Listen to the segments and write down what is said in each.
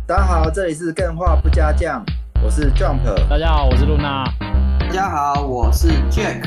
大家好，这里是更画不加酱，我是 Jump。 大家好，我是露娜。 大家好，我是 Jack。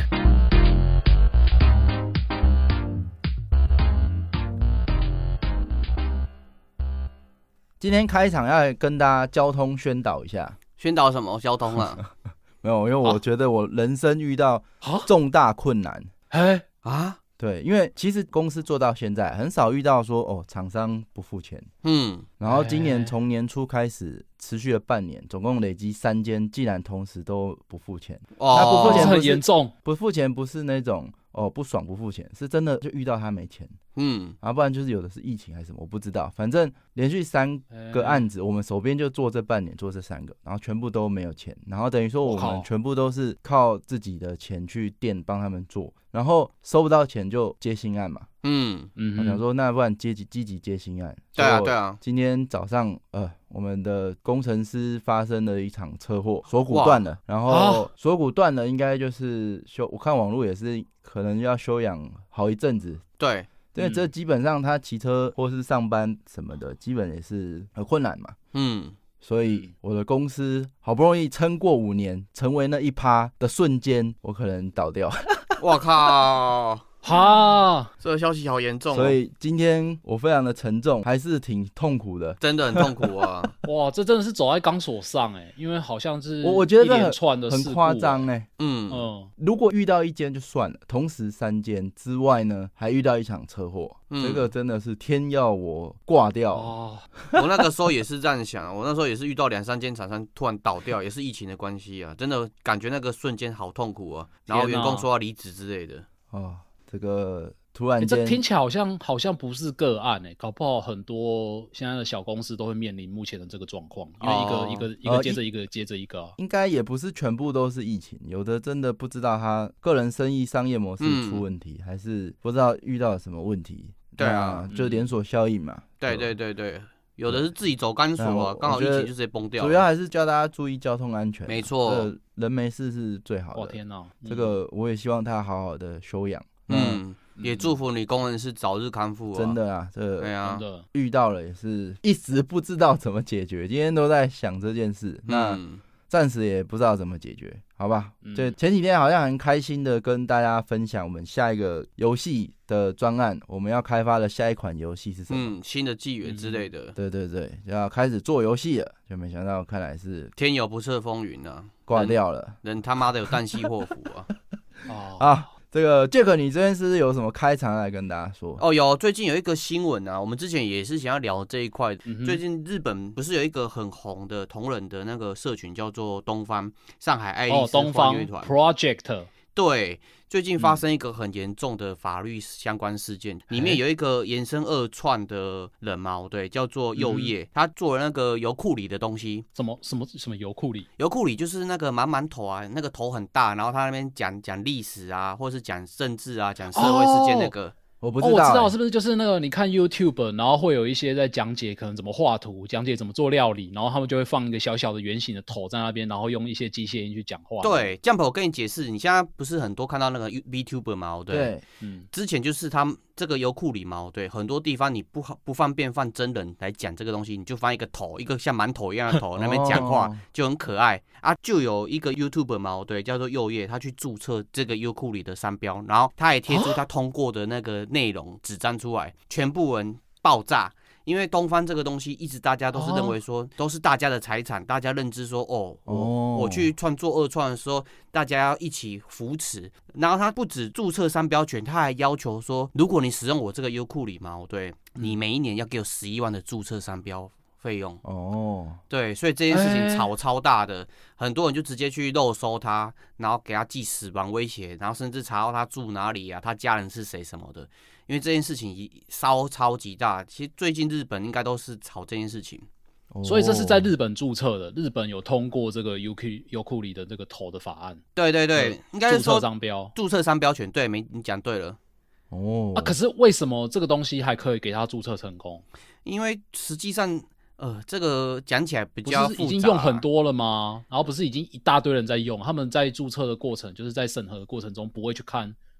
今天开场要跟大家交通宣导一下。 宣导什么交通啊？ 没有，因为我觉得我人生遇到重大困难。对，因为其实公司做到现在很少遇到说厂商不付钱。然后今年从年初开始持续了半年，总共累积3间竟然同时都不付钱。那不付钱很严重， 不付钱不是那种不爽不付钱，是真的就遇到他没钱。然后不然就是有的是疫情还是什么，我不知道。反正连续3个案子，我们手边就做这半年做这3个，然后全部都没有钱，然后等于说我们全部都是靠自己的钱去店帮他们做，然后收不到钱就接新案嘛。我想说那不然积极接新案。 对啊。 今天早上我们的工程师发生了一场车祸，锁骨断了，然后锁骨断了应该就是我看网络也是可能要休养好一阵子。 对。 因为这基本上他骑车或是上班什么的，基本也是很困难嘛。所以我的公司好不容易撑过5年，成为那1%的瞬间，我可能倒掉。 我靠！这个消息好严重所以今天我非常的沉重，还是挺痛苦的， 真的很痛苦啊！ 哇，这真的是走在钢索上因为好像是我觉得这一连串的很夸张如果遇到1间就算了，同时3间之外呢，还遇到一场车祸，这个真的是天要我挂掉。 我那个时候也是这样想，我那时候也是遇到2-3间厂商突然倒掉，也是疫情的关系啊，真的感觉那个瞬间好痛苦啊，然后员工说要离职之类的。 这个突然间， 这听起来好像不是个案搞不好很多现在的小公司都会面临目前的这个状况，因为一个接着一个接着一个应该也不是全部都是疫情，有的真的不知道他个人生意商业模式出问题，还是不知道遇到了什么问题。 对啊， 就连锁效应嘛。 对，有的是自己走钢索啊，刚好疫情就直接崩掉了。 主要还是叫大家注意交通安全。 没错， 人没事是最好的。 天哪， 这个我也希望他好好的休养。 也祝福你工人是早日康复啊！ 真的啊， 对啊， 真的遇到了也是一时不知道怎么解决，今天都在想这件事，那暂时也不知道怎么解决，好吧？就前几天好像很开心的跟大家分享我们下一个游戏的专案，我们要开发的下一款游戏是什么？ 新的纪元之类的。 对，就要开始做游戏了，就没想到看来是天有不测风云啊， 挂掉了， 人他妈的有旦夕祸福啊！ 这个 Jack 你这边是有什么开场来跟大家说？ 有，最近有一个新闻啊，我们之前也是想要聊这一块。最近日本不是有一个很红的同人的那个社群叫做东方上海爱丽丝幻乐团 Project。 对，最近发生一个很严重的法律相关事件，里面有一个延伸2串的人嘛，对，叫做右叶，他做了那个油库里的东西。 什么油库里？ 油库里就是那个满头啊，那个头很大，然后他那边讲历史啊，或是讲政治啊，讲社会事件那个。 我不知道， 我知道是不是就是那个你看 YouTube， 然后会有一些在讲解可能怎么画图，讲解怎么做料理，然后他们就会放一个小小的圆形的头在那边，然后用一些机械音去讲话。 对，这样我跟你解释，你现在不是很多看到那个 VTuber 嘛？对，之前就是他们这个油库里嘛，对，很多地方你不方便放真人来讲这个东西，你就放一个头，一个像馒头一样的头那边讲话，就很可爱啊。就有一个 YouTuber 嘛，对，叫做右叶，他去注册这个油库里的商标，然后他也贴出他通过的那个内容纸张出来，全部人爆炸。因为东方这个东西一直大家都是认为说都是大家的财产，大家认知说我去创作2创的时候，大家要一起扶持。然后他不止注册商标权，他还要求说，如果你使用我这个优酷里嘛，对，你每一年要给我11万的注册商标费用。对，所以这件事情吵超大的，很多人就直接去肉搜他，然后给他寄死亡威胁，然后甚至查到他住哪里啊，他家人是谁什么的。因为这件事情烧超级大，其实最近日本应该都是吵这件事情。 所以这是在日本注册的，日本有通过这个优酷里的这个头的法案。 对，应该是说注册商标权。对，你讲对了。 可是为什么这个东西还可以给他注册成功？ 因为实际上，这个讲起来比较复杂。 不是已经用很多了吗？然后不是已经一大堆人在用，他们在注册的过程，就是在审核的过程中不会去看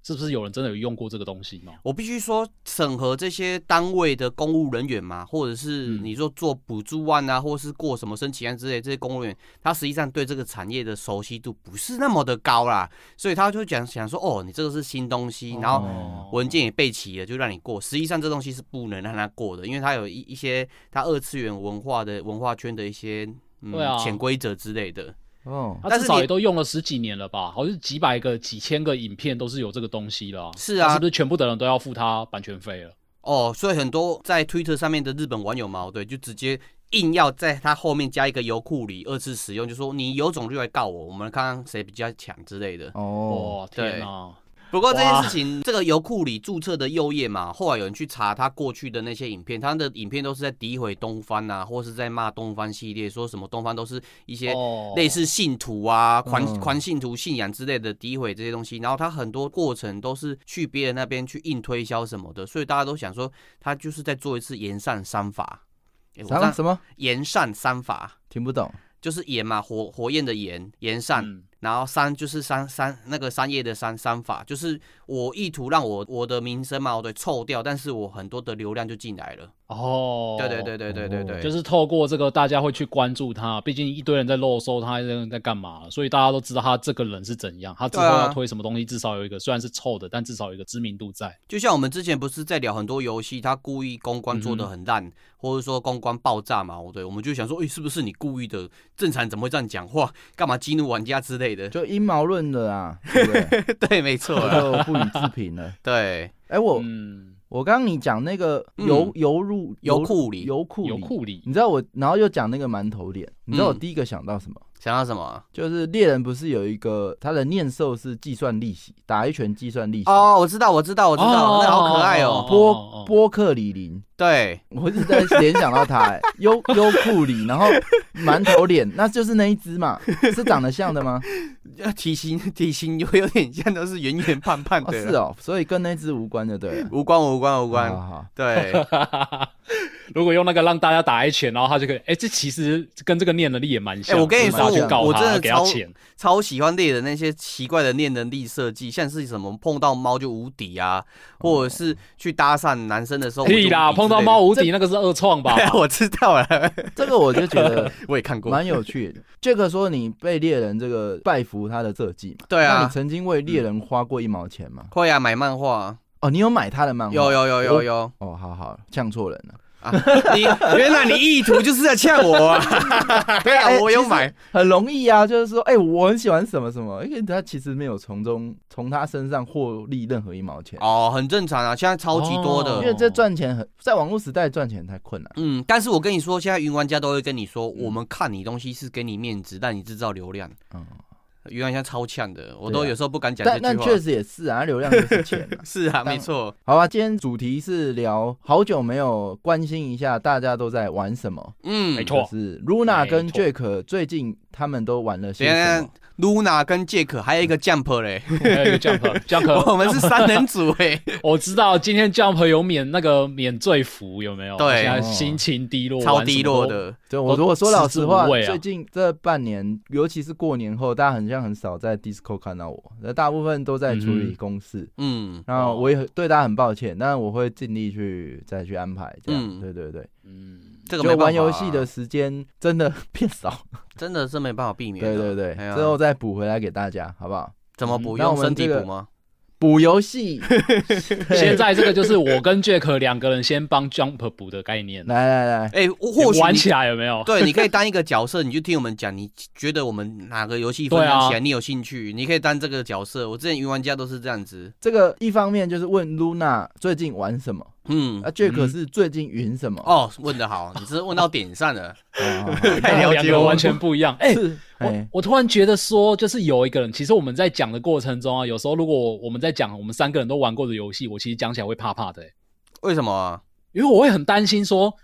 是不是有人真的有用过这个东西吗？ 我必须说，审核这些单位的公务人员嘛，或者是你说做补助案啊，或是过什么申请案之类，这些公务员，他实际上对这个产业的熟悉度不是那么的高啦，所以他就想说，哦，你这个是新东西，然后文件也备齐了，就让你过。实际上这东西是不能让他过的，因为他有一些他二次元文化圈的一些潜规则之类的。 他至少也都用了10几年了吧？好像几百个、几千个影片都是有这个东西了。 是啊， 是不是全部的人都要付他版权费了？ 所以很多在 Twitter 上面的日本网友嘛，对，就直接硬要在他后面加一个油库里2次使用，就说你有种就来告我们看看谁比较强之类的。 天哪！ 不过这件事情，这个油库里注册的右页嘛，后来有人去查他过去的那些影片，他的影片都是在诋毁东方啊，或是在骂东方系列，说什么东方都是一些类似信徒啊、狂信徒信仰之类的诋毁这些东西，然后他很多过程都是去别人那边去硬推销什么的，所以大家都想说他就是在做一次盐善三法。 什么？ 盐善三法？ 听不懂。 就是盐嘛，火焰的盐善，然后山就是那个山叶的山法，就是我意图让我的名声嘛，对，臭掉，但是我很多的流量就进来了。对， 就是透过这个大家会去关注他，毕竟一堆人在漏搜他在干嘛，所以大家都知道他这个人是怎样，他之后要推什么东西，至少有一个虽然是臭的，但至少有一个知名度在。 就像我们之前不是在聊很多游戏，他故意公关做得很烂，或者说公关爆炸嘛，对，我们就想说，是不是你故意的？正常怎么会这样讲话？干嘛激怒玩家之类的？ 就阴谋论的啊，对不对？ 对，没错， 就不予置评了。 对， 我刚刚你讲那个油库里，你知道我，然后又讲那个馒头脸，你知道我第一个想到什么？ 想到什么？ 就是猎人不是有一个他的念兽是计算利息，打一拳计算利息。 我知道，那好可爱哦。 波克里林， 对， 我一直在联想到他，优库里，然后馒头脸，那就是那一只嘛，是长得像的吗？ 体型有点像，都是圆圆胖胖的。 是所以跟那只无关就对了。 无关。好，对。 如果用那个让大家打一拳，然后他就可以，这其实跟这个念能力也蛮像。 我跟你说，我真的给他钱。 超喜欢猎人那些奇怪的念能力设计，像是什么碰到猫就无敌啊，或者是去搭讪男生的时候屁啦，碰到猫无敌那个是二创吧？ 我知道了， 这个我就觉得我也看过， 蛮有趣的。Jack 说你被猎人这个拜服他的设计嘛？ 对啊， 那你曾经为猎人花过1毛钱吗？ 会啊，买漫画。 你有买他的漫画？ 有。 好，呛错人了。 原来你意图就是在呛我啊！对啊，我有买， 很容易啊，就是说，我很喜欢什么什么，因为他其实没有从他身上获利任何1毛钱。 很正常啊，现在超级多的， 因为这赚钱在网络时代赚钱太困难。 但是我跟你说，现在云玩家都会跟你说，我们看你东西是给你面子，但你制造流量。云玩家超呛的，我都有时候不敢讲这句话。 但确实也是啊，流量就是钱嘛。 是啊，没错。 好吧，今天主题是聊好久没有关心一下大家都在玩什么。 没错， 就是 Luna 跟 Jack 最近他们都玩了些什么 ？Luna 跟 Jack 还有一个 Jump 嘞， 还有一个 Jump， 我们是3人组哎。 我知道今天 Jump 有免罪符，有没有？ 对， 现在心情低落， 超低落的。 对，我如果说老实话，最近这半年，尤其是过年后，大家很少在 Discord 看到我，大部分都在处理公事。然后我也对大家很抱歉，但我会尽力再去安排这样。对。 这个没办法， 就玩游戏的时间真的变少， 真的是没办法避免。 对，之后再补回来给大家，好不好？ 怎么补？用身体补吗？ 补游戏， 现在这个就是我跟 Jack 2个人先帮 Jump 补的概念。 来， 或许玩起来有没有？ 对，你可以当一个角色，你就听我们讲，你觉得我们哪个游戏分享起来你有兴趣，你可以当这个角色。我之前云玩家都是这样子。 这个一方面就是问 Luna 最近玩什么。Jack 是最近云什么？ 问得好，你是问到点上了。 太了解，完全不一样。我突然觉得说，就是有一个人，其实我们在讲的过程中啊，有时候如果我们在讲我们3个人都玩过的游戏，我其实讲起来会怕怕的。 为什么啊？ 因为我会很担心说，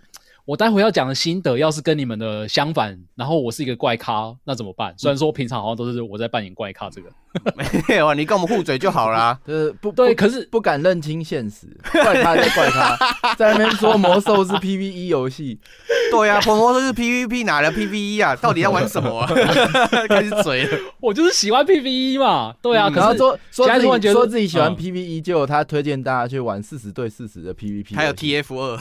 我待会要讲的心得要是跟你们的相反，然后我是一个怪咖，那怎么办？虽然说平常好像都是我在扮演怪咖这个。 没有啊，你跟我们互嘴就好啦。 对，可是不敢认清现实，怪咖就怪咖，在那边说魔兽是 PVE 游戏。 对啊，魔兽是 PVP 哪来 PVE 啊？到底要玩什么啊？开始嘴了。 我就是喜欢 PVE 嘛。对啊，可是说自己喜欢 PVE，结果他推荐大家去玩40对40的 PVP， 还有 TF2。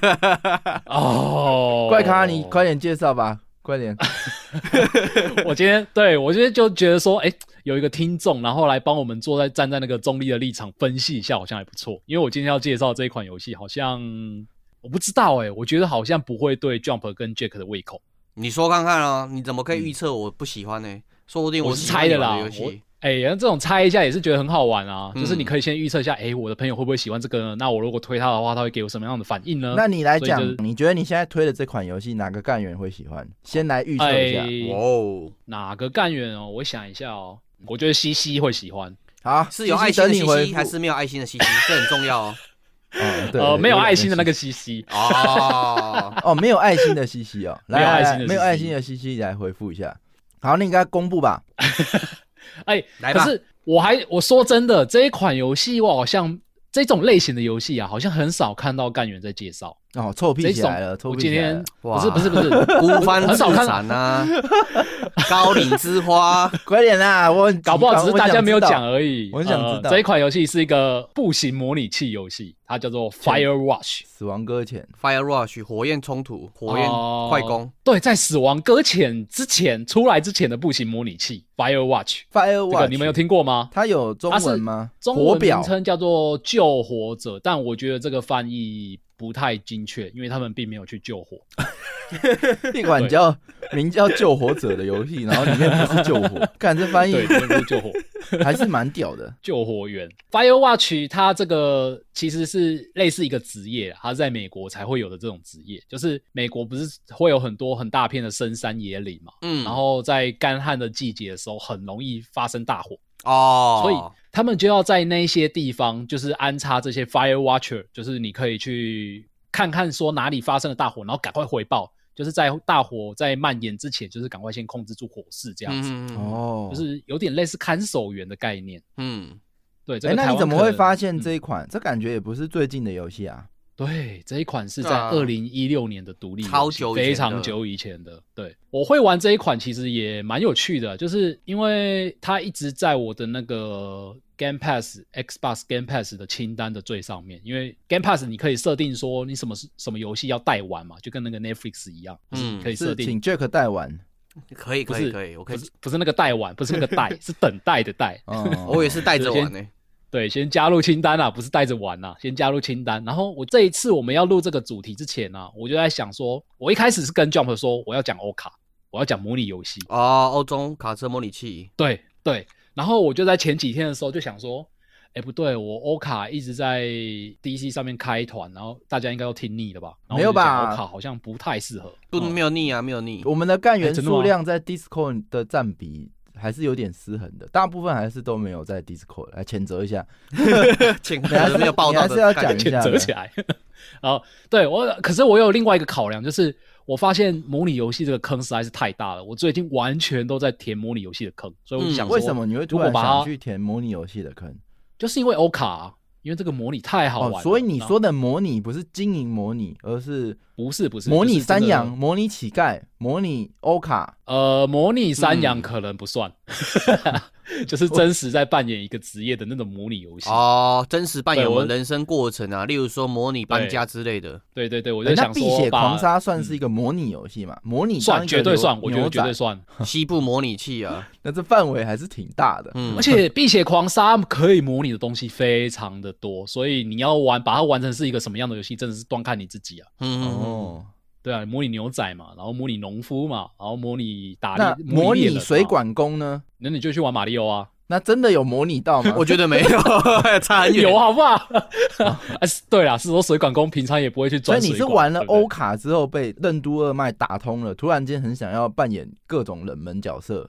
哦， 怪咖，你快点介绍吧。快点！ 我今天就觉得说，有一个听众，然后来帮我们站在那个中立的立场分析一下，好像还不错。因为我今天要介绍这一款游戏，好像我不知道我觉得好像不会对 Jump 跟 Jack 的胃口。 你说看看啊，你怎么可以预测我不喜欢呢？说不定我是猜的啦。这种猜一下也是觉得很好玩啊，就是你可以先预测一下，我的朋友会不会喜欢这个呢？那我如果推他的话，他会给我什么样的反应呢？ 那你来讲，你觉得你现在推的这款游戏哪个干员会喜欢？先来预测一下。 哪个干员哦？我想一下哦，我觉得西西会喜欢。 好，是有爱心的西西还是没有爱心的西西？这很重要哦。 对， 没有爱心的那个西西。 没有爱心的西西哦， 没有爱心的西西来回复一下。好，你应该公布吧。 来吧。 可是我说真的，这一款游戏我好像这种类型的游戏啊，好像很少看到干员在介绍。 臭屁起来了！ 我今天不是孤帆自赏啊，高岭之花， 快点啦！我搞不好只是大家没有讲而已。 我很想知道， 这一款游戏是一个步行模拟器游戏，它叫做 Firewatch 死亡搁浅 Firewatch 火焰冲突火焰快攻。 对，在死亡搁浅出来之前的步行模拟器 Firewatch， 这个你们有听过吗？ 它有中文吗？ 中文名称叫做救火者，但我觉得这个翻译不太精确，因为他们并没有去救火。 一款名叫救火者的游戏，然后里面不是救火，看这翻译， 对，不是救火， 还是蛮屌的。 救火员 Firewatch 它这个其实是类似一个职业，它在美国才会有的这种职业，就是美国不是会有很多很大片的深山野岭嘛，然后在干旱的季节的时候，很容易发生大火。所以他们就要在那些地方就是安插这些 Fire Watcher， 就是你可以去看看说哪里发生了大火，然后赶快回报，就是在大火在蔓延之前，就是赶快先控制住火势这样子。就是有点类似看守员的概念。对， 那你怎么会发现这一款？这感觉也不是最近的游戏啊。 对，这一款是在2016年的独立游戏， 超久非常久以前的。对，我会玩这一款其实也蛮有趣的，就是因为它一直在我的那个 Game Pass Xbox Game Pass 的清单的最上面，因为 Game Pass 你可以设定说你什么游戏要代玩嘛，就跟那个 Netflix 一样，可以设定请 Jack 代玩。 可以，我可以， 不是那个代玩，不是那个代，是等待的待。 我也是带着玩呢。 对，先加入清单啦，不是带着玩啦，先加入清单。然后我这一次我们要录这个主题之前啊，我就在想说，我一开始是跟 Jump 说我要讲欧卡，我要讲模拟游戏欧洲卡车模拟器。 对，然后我就在前几天的时候就想说，不对，我欧卡一直在 DC 上面开团，然后大家应该都听腻了吧？ 没有吧？ 欧卡好像不太适合， 没有腻啊，没有腻。 我们的干员数量在 Discord 的占比还是有点失衡的，大部分还是都没有在 Discord， 来谴责一下， 没有报道的， 还是要讲一下， 谴责起来。对可是我有另外一个考量，就是我发现模拟游戏这个坑实在是太大了，我最近完全都在填模拟游戏的坑，所以我就想说， 为什么你会突然想去填模拟游戏的坑？ 就是因为欧卡因为这个模拟太好玩了。 所以你说的模拟不是经营模拟，而是不是模拟山羊、模拟乞丐、模拟欧卡。 模拟山羊可能不算，就是真实在扮演一个职业的那种模拟游戏。 真实扮演我们人生过程啊，例如说模拟搬家之类的。 对，我就想说， 那碧血狂杀算是一个模拟游戏嘛？模拟算，绝对算，我觉得绝对算。 西部模拟器啊， 那这范围还是挺大的。 而且碧血狂杀可以模拟的东西非常的多，所以你要把它完成是一个什么样的游戏，真的是端看你自己啊。对啊，模拟牛仔嘛，然后模拟农夫嘛，然后模拟打猎， 那模拟水管工呢？ 那你就去玩马里奥啊。 那真的有模拟到吗？ 我觉得没有，差很远。 有好不好？对啦，是说水管工平常也不会去钻水管。 所以你是玩了欧卡之后被任督二脉打通了，突然间很想要扮演各种冷门角色。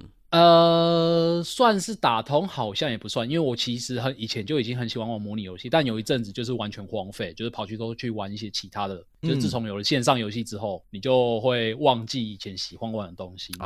算是打通，好像也不算，因为我其实以前就已经很喜欢玩模拟游戏，但有一阵子就是完全荒废，就是跑去都去玩一些其他的就是自从有了线上游戏之后，你就会忘记以前喜欢玩的东西。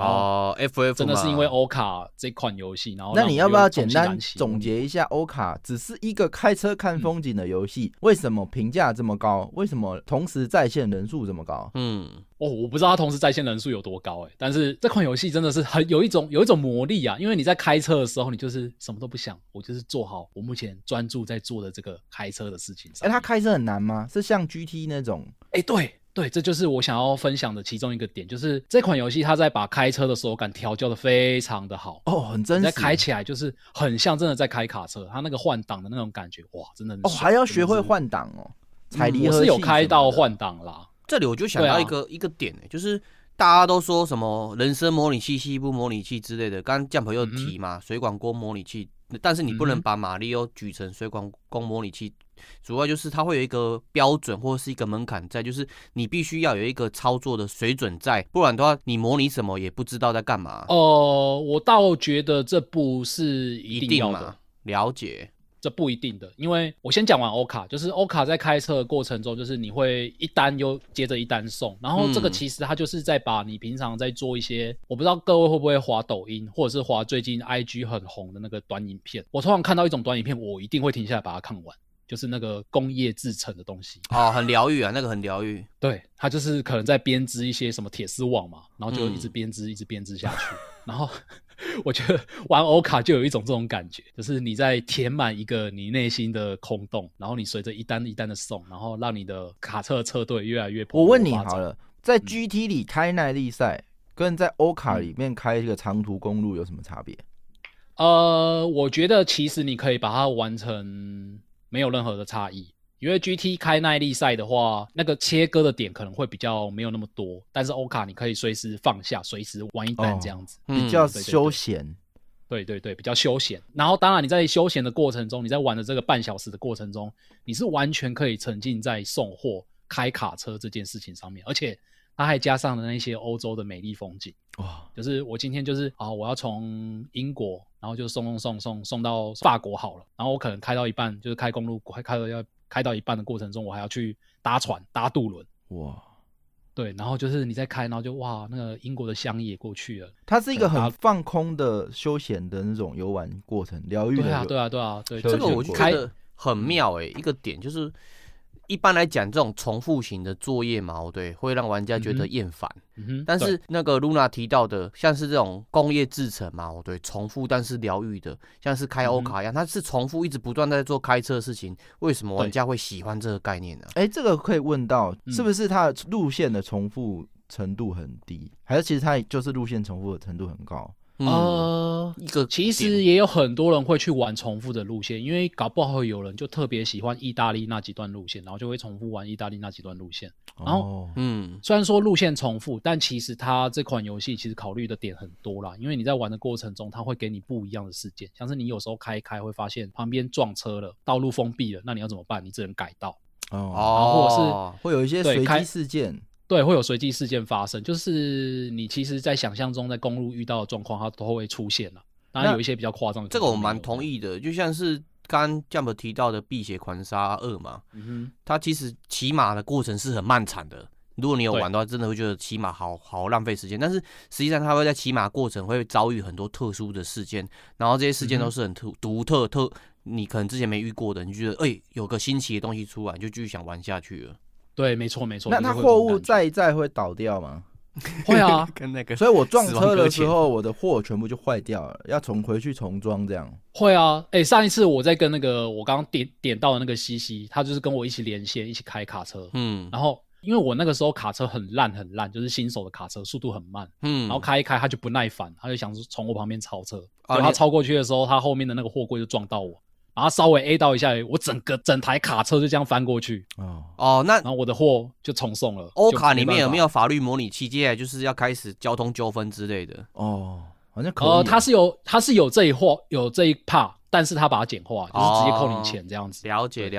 FF 真的是因为欧卡这款游戏，然后那你要不要简单总结一下欧卡只是一个开车看风景的游戏，为什么评价这么高？为什么同时在线人数这么高？ 我不知道它同时在线人数有多高但是这款游戏真的是有一种魔力啊，因为你在开车的时候，你就是什么都不想，我就是做好我目前专注在做的这个开车的事情上。 它开车很难吗？是像 GT 那种？ 对，这就是我想要分享的其中一个点，就是这款游戏它在把开车的手感调教的非常的好很真实， 你在开起来就是很像真的在开卡车，它那个换挡的那种感觉，哇，真的很爽还要学会换挡踩离合器。 我是有开到换挡啦。 这里我就想到一个点就是大家都说什么人生模拟器、西部模拟器之类的，刚刚 Jump 又提嘛，水管工模拟器，但是你不能把马里奥举成水管工模拟器，主要就是它会有一个标准或是一个门槛在，就是你必须要有一个操作的水准在，不然的话你模拟什么也不知道在干嘛。 我倒觉得这不是一定要的， 嘛，了解。 这不一定的，因为我先讲完欧卡，就是欧卡在开车的过程中，就是你会一单又接着一单送，然后这个其实它就是在把你平常在做一些，我不知道各位会不会滑抖音，或者是滑最近 IG 很红的那个短影片，我通常看到一种短影片，我一定会停下来把它看完，就是那个工业制成的东西。 很疗愈啊，那个很疗愈。 对，它就是可能在编织一些什么铁丝网嘛，然后就一直编织，一直编织下去，然后我觉得玩欧卡就有一种这种感觉，就是你在填满一个你内心的空洞，然后你随着一单一单的送，然后让你的卡车车队越来越蓬勃发展。 我问你好了，在 GT 里开耐力赛跟在欧卡里面开一个长途公路有什么差别？ 我觉得其实你可以把它完成没有任何的差异。因为 GT 开耐力赛的话，那个切割的点可能会比较没有那么多，但是欧卡你可以随时放下，随时玩一单这样子， 比较休闲。 对，比较休闲。然后当然你在休闲的过程中，你在玩的这个半小时的过程中，你是完全可以沉浸在送货、开卡车这件事情上面，而且它还加上了那些欧洲的美丽风景。就是我今天就是我要从英国，然后就送到法国好了，然后我可能开到一半，就是开公路开到一半的过程中，我还要去搭船搭渡轮。对，然后就是你在开，然后就那个英国的乡野过去了。 它是一个很放空的休闲的那种游玩过程，疗愈的。 对， 这个我就觉得很妙一个点就是一般来讲，这种重复型的作业嘛，对，会让玩家觉得厌烦。但是那个 Luna 提到的，像是这种工业制成嘛，对，重复但是疗愈的，像是开欧卡一样，它是重复一直不断在做开车的事情。为什么玩家会喜欢这个概念呢？ 这个可以问到，是不是它的路线的重复程度很低，还是其实它就是路线重复的程度很高？ 其实也有很多人会去玩重复的路线，因为搞不好有人就特别喜欢意大利那几段路线，然后就会重复玩意大利那几段路线。然后虽然说路线重复，但其实它这款游戏其实考虑的点很多啦，因为你在玩的过程中，它会给你不一样的事件，像是你有时候开会发现旁边撞车了，道路封闭了，那你要怎么办？你只能改道。然后或者是会有一些随机事件。 对，会有随机事件发生，就是你其实在想象中在公路遇到的状况它都会出现了，当然有一些比较夸张的。 这个我蛮同意的，就像是刚 Jump 提到的《碧血狂杀2》嘛，它其实骑马的过程是很漫长的，如果你有玩的话，真的会觉得骑马好浪费时间，但是实际上它会在骑马过程会遭遇很多特殊的事件，然后这些事件都是很独特你可能之前没遇过的，你觉得有个新奇的东西出来，你就继续想玩下去了。 对，没错。 那它货物载会倒掉吗？ 会啊， 跟那个。 所以我撞车的时候，我的货全部就坏掉了，要回去重装这样。 会啊，上一次我在跟那个我刚刚点到的那个西西，他就是跟我一起连线，一起开卡车。然后因为我那个时候卡车很烂，就是新手的卡车，速度很慢。然后开一开他就不耐烦，他就想从我旁边超车。他超过去的时候，他后面的那个货柜就撞到我。然后稍微 A 到一下，我整台卡车就这样翻过去。那然后我的货就重送了。 欧卡里面有没有法律模拟器？接下来就是要开始交通纠纷之类的。 好像可以。 它是有这一part，但是他把它简化，就是直接扣你钱这样子。 了解。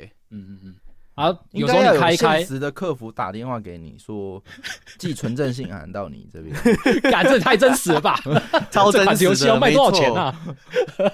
有时候你开一开， 现实的客服打电话给你说寄存证信函到你这边， 这太真实了吧？ 超真实的， 这款游戏要卖多少钱啊？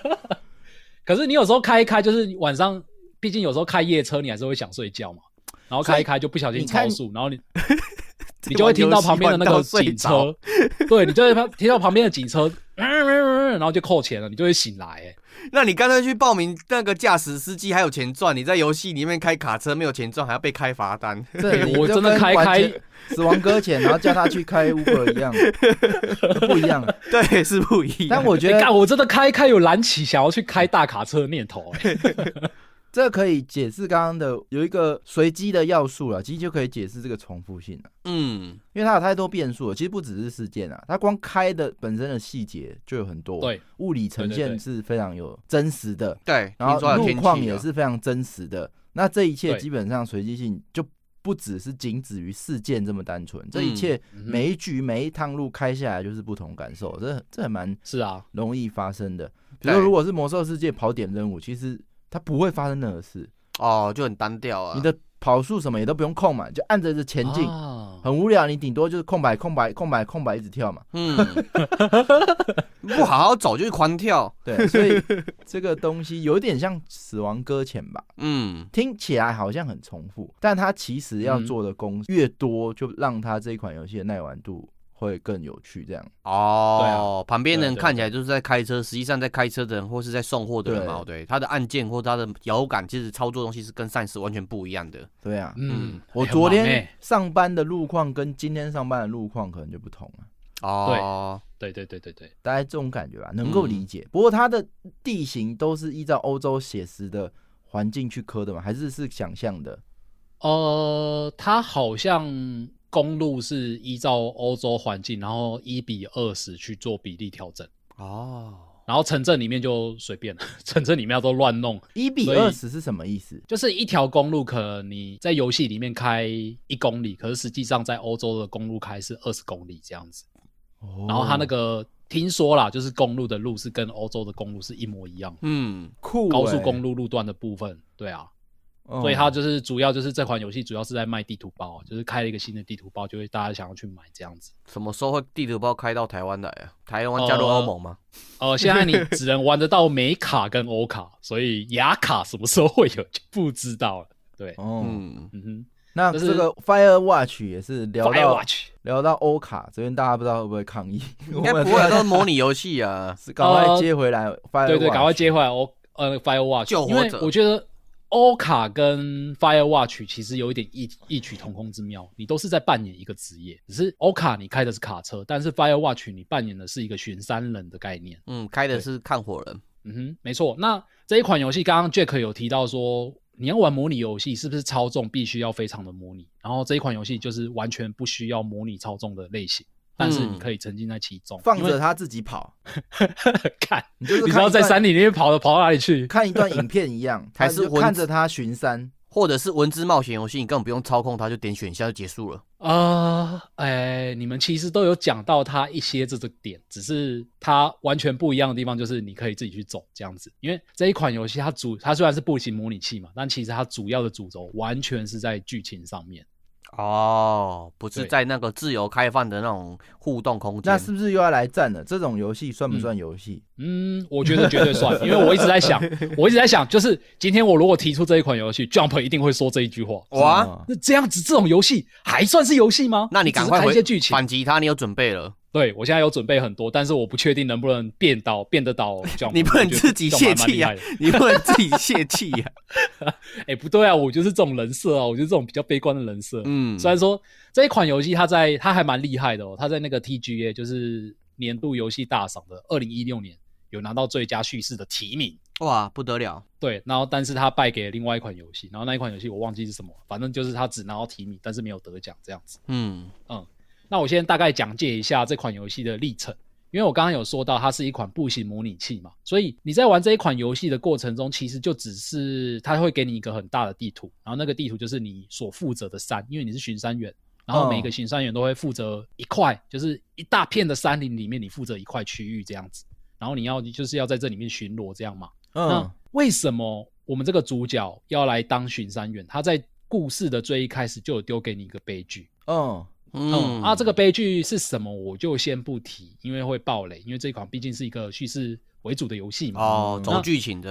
可是你有时候开一开，就是晚上，毕竟有时候开夜车，你还是会想睡觉嘛。 然后开一开就不小心超速，然后你就会听到旁边的那个警车，对，你就会听到旁边的警车，然后就扣钱了，你就会醒来。 那你干脆去报名那个驾驶司机，还有钱赚。你在游戏里面开卡车没有钱赚，还要被开罚单。 对， 我真的开死亡搁浅，然后叫他去开 Uber 一样，不一样。 对，是不一样。 但我觉得， 我真的开有燃起想要去开大卡车的念头。 这可以解释刚刚的有一个随机的要素了，其实就可以解释这个重复性了。因为它有太多变数了，其实不只是事件啊，它光开的本身的细节就有很多， 对， 物理呈现是非常有真实的， 对， 然后路况也是非常真实的。那这一切基本上随机性就不只是仅止于事件这么单纯，这一切每一局每一趟路开下来就是不同感受，这还蛮容易发生的。比如说，如果是魔兽世界跑点任务，其实它不会发生任何事就很单调啊。 你的跑速什么也都不用控嘛，就按着前进，很无聊。你顶多就是空白一直跳嘛。 不好好走就是狂跳。 对，所以这个东西有点像死亡搁浅吧。听起来好像很重复，但它其实要做的功越多，就让它这一款游戏的耐玩度会更有趣，这样对啊，旁边人看起来就是在开车，实际上在开车的人或是在送货的人嘛，对，他的按键或他的摇杆，其实操作东西是跟上一次完全不一样的。 对啊，我昨天上班的路况跟今天上班的路况可能就不同了。 对， 大概这种感觉吧，能够理解。不过它的地形都是依照欧洲写实的环境去刻的吗？还是想象的？ 它好像公路是依照欧洲环境，然后1:20去做比例调整。然后城镇里面就随便了，城镇里面都乱弄。 1:20是什么意思？ 就是一条公路，可能你在游戏里面开1公里，可是实际上在欧洲的公路开是20公里这样子。然后它那个听说啦，就是公路的路是跟欧洲的公路是一模一样的。 酷， 高速公路路段的部分，对啊。所以它就是主要就是这款游戏主要是在卖地图包，就是开了一个新的地图包，就会大家想要去买这样子。 什么时候会地图包开到台湾来啊？台湾加入欧盟吗？ 现在你只能玩得到美卡跟欧卡，所以亚卡什么时候会有就不知道了。对， 那这个 Firewatch 也是聊到欧卡这边，大家不知道会不会抗议？ 应该不会，都是模拟游戏啊。 赶快接回来 Firewatch， 对，赶快接回来Firewatch， 因为我觉得欧卡跟 Firewatch 其实有一点异曲同工之妙，你都是在扮演一个职业，只是欧卡你开的是卡车，但是 Firewatch 你扮演的是一个巡山人的概念。 开的是看火人。没错。那这一款游戏刚刚 Jack 有提到说，你要玩模拟游戏是不是操纵必须要非常的模拟？然后这一款游戏就是完全不需要模拟操纵的类型。但是你可以沉浸在其中， 放着它自己跑， 看，你知道在山里面跑到哪里去？ 看一段影片一样，还是看着它巡山， 或者是文字冒险游戏，你根本不用操控它，就点选一下就结束了。 你们其实都有讲到它一些这个点，只是它完全不一样的地方就是你可以自己去走这样子。因为这一款游戏它虽然是步行模拟器嘛，但其实它主要的主轴完全是在剧情上面。 不是在那个自由开放的那种互动空间。 那是不是又要来战了？这种游戏算不算游戏？ 我觉得绝对算，因为我一直在想，就是今天我如果提出这一款游戏 ，Jump 一定会说这一句话。哇，那这样子这种游戏还算是游戏吗？ 那你赶快反击他，你有准备了。 对，我现在有准备很多，但是我不确定能不能变得到 Jump。 你不能自己泄气啊！你不能自己泄气啊！ 不对啊，我就是这种人设啊，我就是这种比较悲观的人设。虽然说这一款游戏它还蛮厉害的哦，它在那个 TGA 就是年度游戏大赏的2016年有拿到最佳叙事的提名。 哇，不得了！ 对，然后但是他败给了另外一款游戏，然后那一款游戏我忘记是什么，反正就是他只拿到提名，但是没有得奖这样子。那我先大概讲解一下这款游戏的历程，因为我刚刚有说到它是一款步行模拟器嘛，所以你在玩这一款游戏的过程中，其实就只是它会给你一个很大的地图，然后那个地图就是你所负责的山，因为你是巡山员，然后每一个巡山员都会负责一块，就是一大片的山林里面你负责一块区域这样子，然后你就是要在这里面巡逻这样嘛。那为什么我们这个主角要来当巡山员？他在故事的最一开始就有丢给你一个悲剧。这个悲剧是什么我就先不提，因为会爆雷，因为这一款毕竟是一个叙事为主的游戏嘛。 走剧情的啦。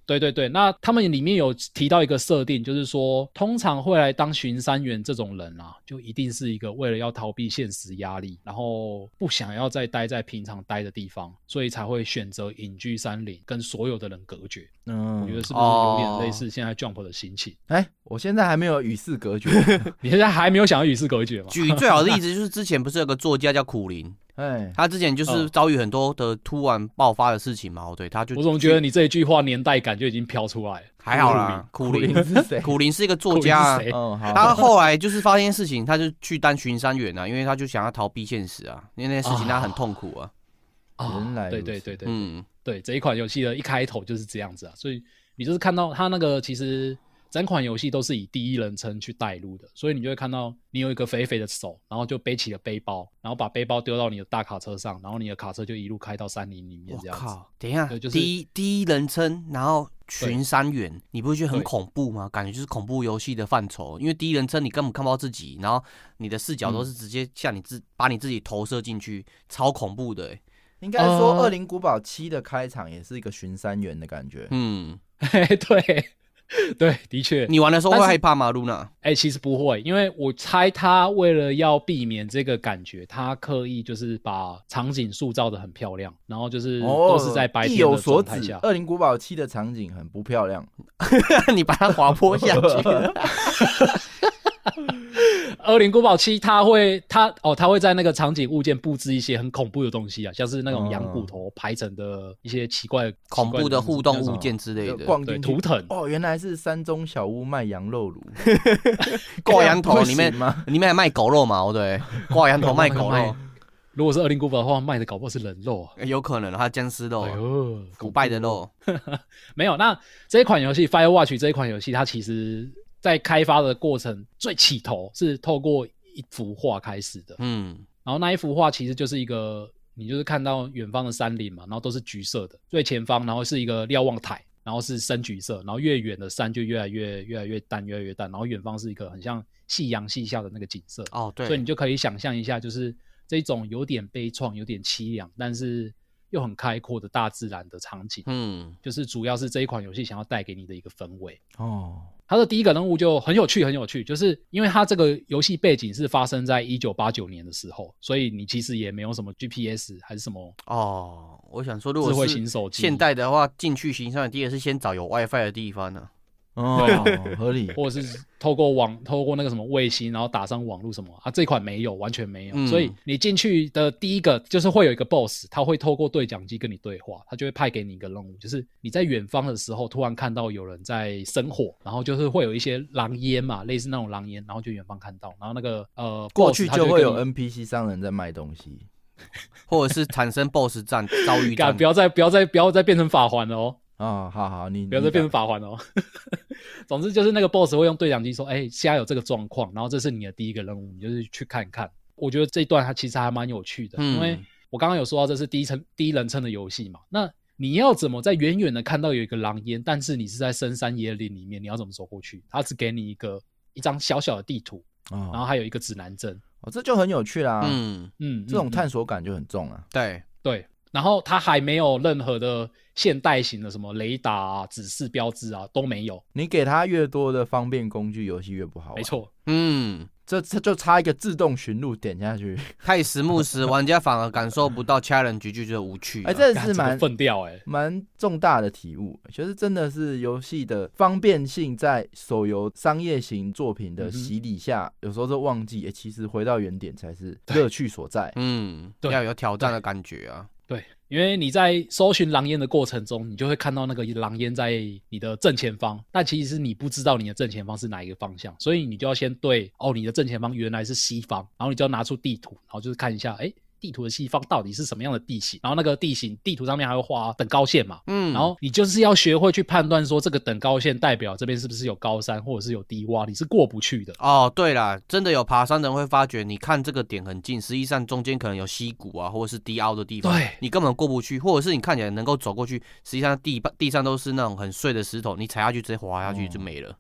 对对对，那他们里面有提到一个设定，就是说通常会来当巡山员这种人啊，就一定是一个为了要逃避现实压力，然后不想要再待在平常待的地方，所以才会选择隐居山林，跟所有的人隔绝。我觉得是不是有点类似现在 Jump 的心情？ 我现在还没有与世隔绝。 你现在还没有想要与世隔绝吗？ 举最好的例子就是之前不是有个作家叫苦苓。他之前就是遭遇很多的突然爆发的事情嘛，对，他就我总觉得你这一句话年代感就已经飘出来了。 还好啦，苦苓是谁？苦苓是一个作家他后来就是发现事情，他就去当巡山员啊，因为他就想要逃避现实啊，因为那些事情他很痛苦啊。 原来对对对对，对，这一款游戏的一开头就是这样子啊，所以你就是看到他那个其实。整款游戏都是以第一人称去带路的，所以你就会看到你有一个肥肥的手，然后就背起了背包，然后把背包丢到你的大卡车上，然后你的卡车就一路开到山林里面这样子。我靠！ 等一下，就是第一人称，然后巡山员，你不会觉得很恐怖吗？感觉就是恐怖游戏的范畴，因为第一人称你根本看不到自己，然后你的视角都是直接像把你自己投射进去，超恐怖的。 应该说，《恶灵古堡7》的开场也是一个巡山员的感觉。 对。对，的确， 你玩的时候会害怕吗，露娜？ 其实不会，因为我猜他为了要避免这个感觉，他刻意就是把场景塑造的很漂亮，然后就是都是在白天的状态下。 《恶灵古堡7》的场景很不漂亮， 你把它滑坡下去。 恶灵古堡7他会在那个场景物件布置一些很恐怖的东西啊，像是那种羊骨头排成的一些奇怪恐怖的互动物件之类的， 对，图腾。 原来是山中小屋卖羊肉炉， 挂羊头里面还卖狗肉嘛，对，挂羊头卖狗肉。 如果是恶灵古堡的话，卖的搞不好是人肉， 有可能它僵尸肉，腐败的肉。 没有，那这一款游戏 Firewatch 这一款游戏，它其实在开发的过程最起头是透过一幅画开始的，然后那一幅画其实就是一个，你就是看到远方的山林嘛，然后都是橘色的，最前方然后是一个瞭望台，然后是深橘色，然后越远的山就越来越淡，越来越淡，然后远方是一个很像夕阳西下的那个景色。 对， 所以你就可以想象一下，就是这种有点悲怆、有点凄凉，但是又很开阔的大自然的场景，就是主要是这一款游戏想要带给你的一个氛围。它的第一个任务就很有趣，就是因为它这个游戏背景是发生在1989年的时候，所以你其实也没有什么 GPS 还是什么我想说，如果是现代的话，进去行山第一个是先找有 WiFi 的地方呢。 合理， 或者是透过那个什么卫星，然后打上网络什么这一款没有，完全没有。所以你进去的第一个就是会有一个 boss， 他会透过对讲机跟你对话，他就会派给你一个任务，就是你在远方的时候突然看到有人在生火，然后就是会有一些狼烟嘛，类似那种狼烟，然后就远方看到，然后那个过去就会有 NPC 商人在卖东西， 或者是产生 boss 战遭遇战。 不要再变成法环了哦。 好，你不要再变成法环哦。总之就是那个 boss 会用对讲机说，现在有这个状况，然后这是你的第一个任务，你就是去看看。我觉得这一段它其实还蛮有趣的，因为我刚刚有说到这是第一人称的游戏嘛，那你要怎么在远远的看到有一个狼烟，但是你是在深山野岭里面，你要怎么走过去？它只给你一张小小的地图，然后还有一个指南针， 这就很有趣啦。这种探索感就很重啊。 对。然后它还没有任何的现代型的什么雷达指示标志都没有。 你给它越多的方便工具，游戏越不好玩。 没错， 这就差一个自动寻路点下去， 太实木时玩家反而感受不到challenge就觉得无趣。 这是分掉蛮重大的体悟，就是真的是游戏的方便性在手游商业型作品的洗礼下，有时候就忘记，其实回到原点才是乐趣所在。 要有挑战的感觉啊。 对，因为你在搜寻狼烟的过程中，你就会看到那个狼烟在你的正前方，但其实你不知道你的正前方是哪一个方向，所以你就要先对你的正前方原来是西方，然后你就要拿出地图，然后就是看一下地图的西方到底是什么样的地形，然后那个地形地图上面还会画等高线嘛，然后你就是要学会去判断说这个等高线代表这边是不是有高山或者是有低洼，你是过不去的。 对啦，真的有爬山的人会发觉，你看这个点很近，实际上中间可能有溪谷或者是低凹的地方，你根本过不去，或者是你看起来能够走过去，实际上地上都是那种很碎的石头，你踩下去直接滑下去就没了。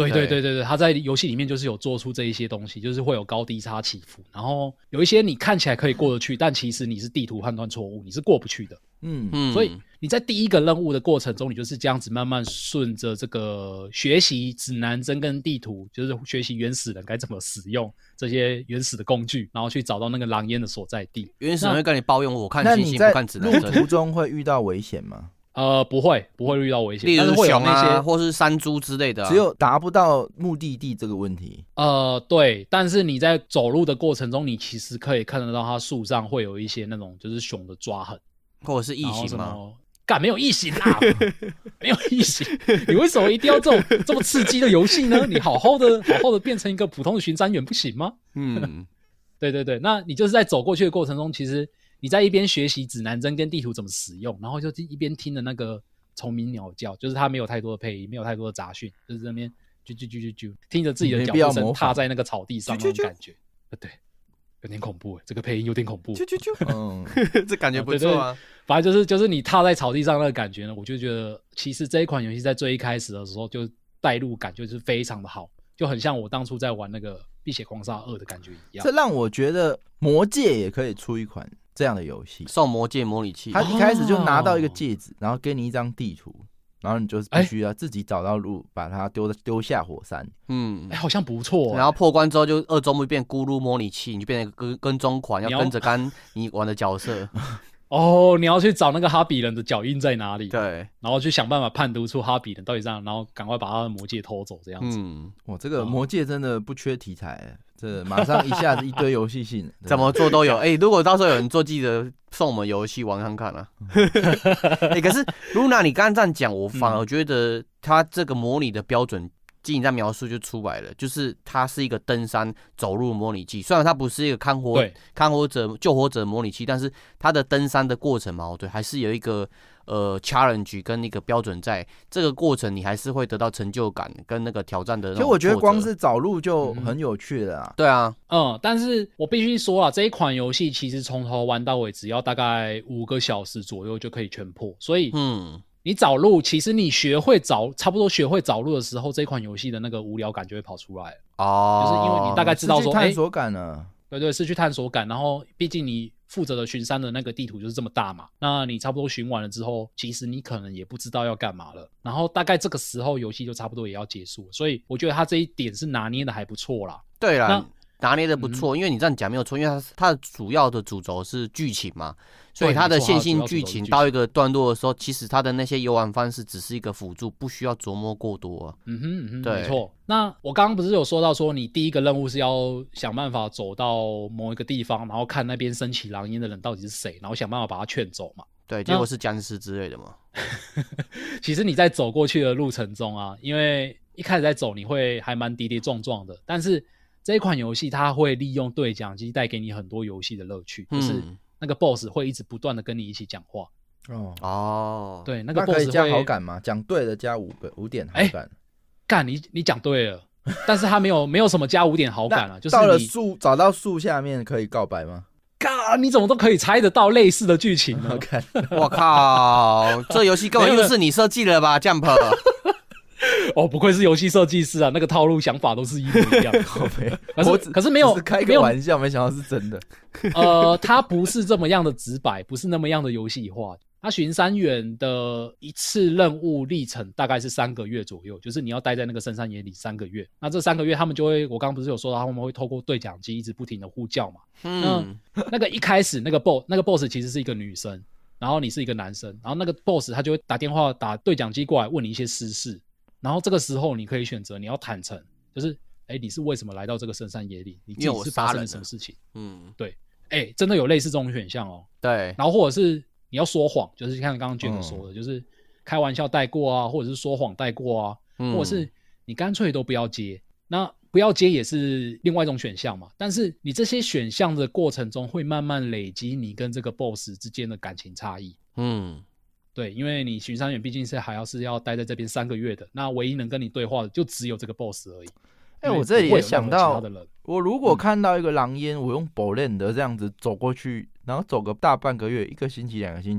对，他在游戏里面就是有做出这一些东西，就是会有高低差起伏，然后有一些你看起来可以过得去，但其实你是地图判断错误，你是过不去的。所以你在第一个任务的过程中，你就是这样子慢慢顺着这个学习指南针跟地图，就是学习原始人该怎么使用这些原始的工具，然后去找到那个狼烟的所在地。 原始人会跟你抱怨我看星星不看指南针。 那你在路途中会遇到危险吗？ 不会遇到危险， 例如熊啊， 或是山猪之类的， 只有达不到目的地这个问题。 对，但是你在走路的过程中，你其实可以看得到它树上会有一些那种就是熊的抓痕， 或者是异形吗？ 干没有异形啦，没有异形，你为什么一定要这么刺激的游戏呢？你好好的变成一个普通的巡山员不行吗？对，那你就是在走过去的过程中，其实你在一边学习指南针跟地图怎么使用，然后就一边听的那个虫鸣鸟叫，就是它没有太多的配音，没有太多的杂讯，就是那边啾，听着自己的脚步声踏在那个草地上那种感觉，对，有点恐怖，这个配音有点恐怖， 这感觉不错啊。 反正就是你踏在草地上那个感觉呢，我就觉得其实这一款游戏在最一开始的时候就带入感就是非常的好，就很像我当初在玩那个《碧血狂杀2》的感觉一样。 这让我觉得魔戒也可以出一款这样的游戏， 送魔戒模拟器。 他一开始就拿到一个戒指，然后给你一张地图，然后你就是必须要自己找到路，把它丢下火山。 好像不错。 然后破关之后就2周目变咕噜模拟器，你就变成一个跟踪狂，要跟着你玩的角色。 你要去找那个哈比人的脚印在哪里？ 对， 然后去想办法判读出哈比人到底这样，然后赶快把他的魔戒偷走，这样子。 哇，这个魔戒真的不缺题材，这马上一下子一堆游戏性， 怎么做都有。如果到时候有人做，记得送我们游戏玩看看啊。可是 Luna 你刚刚这样讲，我反而觉得他这个模拟的标准。既然在描述就出来了，就是它是一个登山走路模拟器，虽然它不是一个看火者救火者模拟器，但是它的登山的过程嘛，对，还是有一个challenge 跟那个标准在，这个过程你还是会得到成就感跟那个挑战的那种。 其实我觉得光是找路就很有趣了啊。 对啊， 但是我必须说啊，这一款游戏其实从头玩到尾只要大概5个小时左右就可以全破，所以你找路，其实你差不多学会找路的时候，这款游戏的那个无聊感就会跑出来就是因为你大概知道说， 失去探索感了。 对，失去探索感。然后，毕竟你负责的巡山的那个地图就是这么大嘛，那你差不多巡完了之后，其实你可能也不知道要干嘛了。然后大概这个时候，游戏就差不多也要结束了。所以我觉得它这一点是拿捏的还不错啦。 对啦。拿捏的不错，因为你这样讲没有错，因为它的主要的主轴是剧情嘛，所以它的线性剧情到一个段落的时候，其实它的那些游玩方式只是一个辅助，不需要琢磨过多啊。 对，没错。那我刚刚不是有说到说，你第一个任务是要想办法走到某一个地方，然后看那边升起狼烟的人到底是谁，然后想办法把他劝走嘛。 对，结果是僵尸之类的嘛。 其实你在走过去的路程中啊，因为一开始在走，你会还蛮跌跌撞撞的，但是这一款游戏它会利用对讲机带给你很多游戏的乐趣，就是那个 BOSS 会一直不断的跟你一起讲话。对，那个 BOSS 可以加好感吗？讲对了加5点好感。 干你讲对了，但是它没有什么加5点好感啊，就是到了找到树下面可以告白吗？ 你怎么都可以猜得到类似的剧情呢？ 我靠，这游戏根本就是你设计的吧 ，Jump。 不愧是游戏设计师啊，那个套路想法都是一模一样。可是没有， 是开个玩笑，没想到是真的。 它不是这么样的直白，不是那么样的游戏化。它巡山员的一次任务历程大概是3个月左右，就是你要待在那个深山野里3个月。那这3个月他们就会，我刚刚不是有说到他们会透过对讲机一直不停的呼叫嘛。那个一开始那个 boss 其实是一个女生，然后你是一个男生，然后那个 boss 他就会打电话打对讲机过来问你一些私事。然后这个时候你可以选择你要坦诚，就是你是为什么来到这个深山野里？你自己是发生了什么事情？对，真的有类似这种选项哦。 对， 然后或者是你要说谎，就是像刚刚 Jack 说的，就是开玩笑带过啊，或者是说谎带过啊，或者是你干脆都不要接。那不要接也是另外一种选项嘛。但是你这些选项的过程中，会慢慢累积你跟这个 BOSS 之间的感情差异。对，因为你巡山员毕竟是还是要待在这边3个月的，那唯一能跟你对话的就只有这个 BOSS 而已。 我这里也想到，我如果看到一个狼烟，我用 Boland 的这样子走过去，然后走个大半个月、1个星期、2个星期，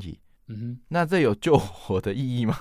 那这有救火的意义吗？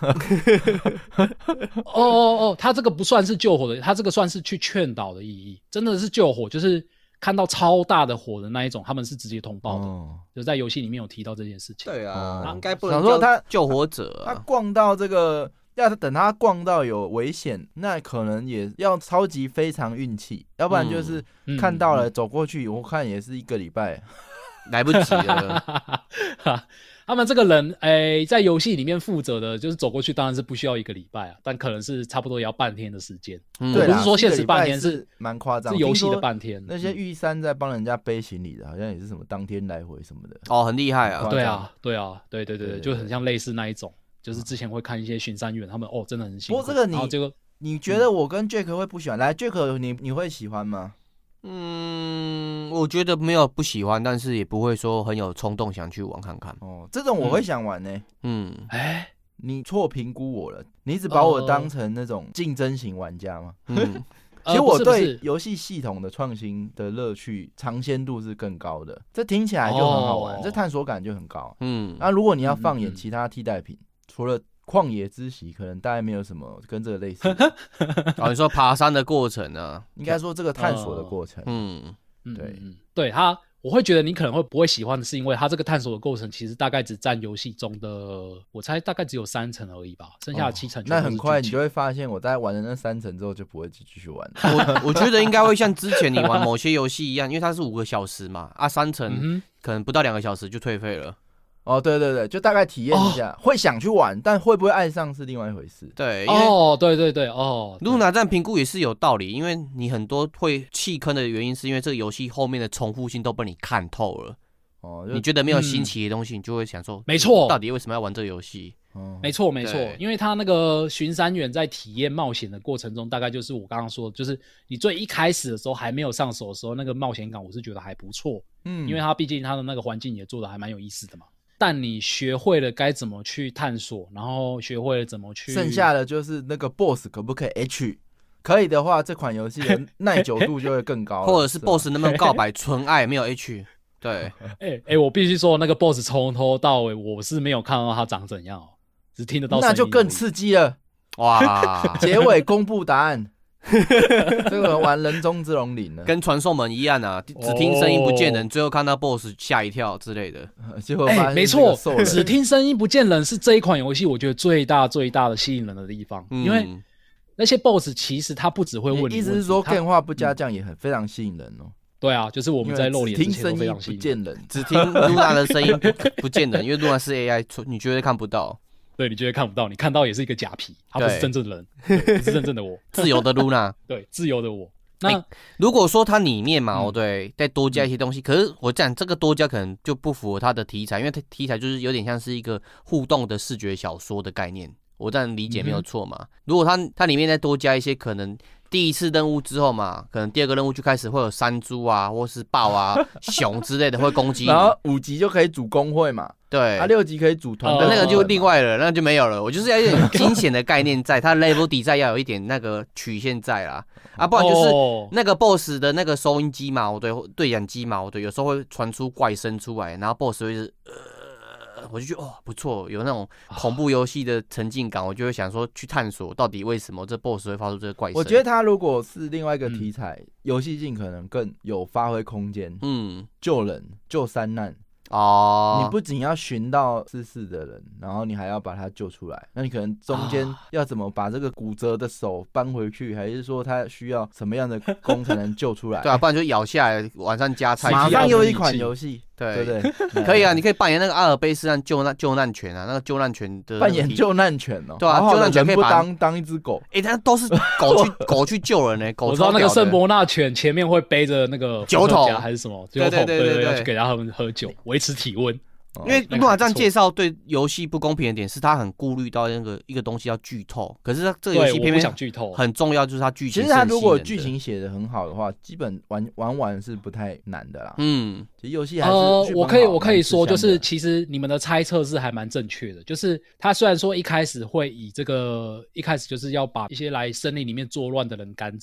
他这个不算是救火的，他这个算是去劝导的意义。真的是救火，就是看到超大的火的那一种，他们是直接通报的。就在游戏里面有提到这件事情。 对啊，应该不能说他救火者， 他逛到这个。要等他逛到有危险，那可能也要超级非常运气，要不然就是看到了走过去，我看也是1个礼拜， 来不及了。 他们这个人，在游戏里面负责的，就是走过去，当然是不需要1个礼拜啊，但可能是差不多也要半天的时间。 对， 不是说现实半天是蛮夸张， 是游戏的半天。 那些玉山在帮人家背行李的，好像也是什么当天来回什么的。 哦，很厉害啊！ 对，就很像类似那一种。就是之前会看一些巡山员，他们真的很辛苦。 不过这个你觉得我跟 Jack 会不喜欢？来 Jack 你会喜欢吗？ 我觉得没有不喜欢，但是也不会说很有冲动想去玩看看。 这种我会想玩呢。你错评估我了，你只把我当成那种竞争型玩家吗？其实我对游戏系统的创新的乐趣尝鲜度是更高的，这听起来就很好玩，这探索感就很高。那如果你要放眼其他替代品。除了旷野之息，可能大概没有什么跟这个类似。 你说爬山的过程呢？ 应该说这个探索的过程。 对他，我会觉得你可能会不会喜欢的是，因为他这个探索的过程其实大概只占游戏中的，我猜大概只有3成而已吧，剩下的7成。 那很快你就会发现，我大概玩了那3成之后就不会继续玩了。我觉得应该会像之前你玩某些游戏一样，因为它是5个小时嘛，3成可能不到2个小时就退费了。 对，就大概体验一下，会想去玩，但会不会爱上是另外一回事。 对， 对， 露娜站评估也是有道理，因为你很多会弃坑的原因，是因为这个游戏后面的重复性都被你看透了。你觉得没有新奇的东西，你就会想说， 没错， 到底为什么要玩这个游戏？ 没错，因为他那个巡山员在体验冒险的过程中，大概就是我刚刚说的，就是你最一开始的时候还没有上手的时候，那个冒险感我是觉得还不错。因为他毕竟他的那个环境也做得还蛮有意思的嘛。但你学会了该怎么去探索，然后学会了怎么去， 剩下的就是那个 BOSS 可不可以 H？ 可以的话，这款游戏的耐久度就会更高， 或者是 BOSS 能不能告白纯爱没有 H？ 对， 我必须说那个 BOSS 从头到尾我是没有看到他长怎样只听得到声音， 那就更刺激了。哇！结尾公布答案。这个玩人中之龙岭了， 跟传送门一样啊，只听声音不见人，最后看到 BOSS 吓一跳之类的。 结果发现没错，只听声音不见人是这一款游戏我觉得最大的吸引人的地方，因为那些 BOSS 其实他不只会问你， 意思是说变化不加酱也很非常吸引人哦。 对啊，就是我们在露脸之前都非常吸引人， 只听声音不见人， 只听露娜的声音不见人，因为露娜是 AI， 你绝对看不到。 对，你绝对看不到，你看到也是一个假皮，他不是真正的人，不是真正的我， 自由的露娜， 对，自由的我。那如果说它里面嘛，对，再多加一些东西，可是我讲这个多加可能就不符合它的题材，因为它题材就是有点像是一个互动的视觉小说的概念，我这样理解没有错嘛？如果它里面再多加一些可能。第一次任务之后嘛，可能第2个任务就开始会有山猪啊，或是豹啊、熊之类的会攻击你。 然后5级就可以组工会嘛， 对 ，6级可以组团队， 那个就另外了，那就没有了。我就是要有点惊险的概念在，它 level 底在要有一点那个曲线在啦，不然就是那个 boss 的那个收音机嘛，对讲机嘛，有时候会传出怪声出来，然后 boss 会是我就觉得不错，有那种恐怖游戏的沉浸感，我就会想说去探索到底为什么这 boss 会发出这个怪声。 我觉得他如果是另外一个题材，游戏性可能更有发挥空间。救人、救山难。你不仅要寻到失事的人，然后你还要把他救出来，那你可能中间要怎么把这个骨折的手搬回去，还是说他需要什么样的功才能救出来？ 对啊，不然就咬下来晚上加菜。 马上又一款游戏，对不对？ 可以啊，你可以扮演那个阿尔卑斯和救难犬啊，那个救难犬的扮演救难犬哦， 对啊，救难犬可以当一只狗， 它都是狗去救人呢。狗我知道那个圣伯纳犬前面会背着那个酒桶还是什么酒桶，对，要去给他们喝酒，维持体温。 因为路马站介绍对游戏不公平的点是，他很顾虑到那个一个东西要剧透，可是这个游戏偏偏很重要，就是它剧情。 其实它如果剧情写得很好的话，基本玩是不太难的啦。其实游戏还是我可以说，就是其实你们的猜测是还蛮正确的。就是他虽然说一开始会以这个一开始就是要把一些来森林里面作乱的人赶走嘛，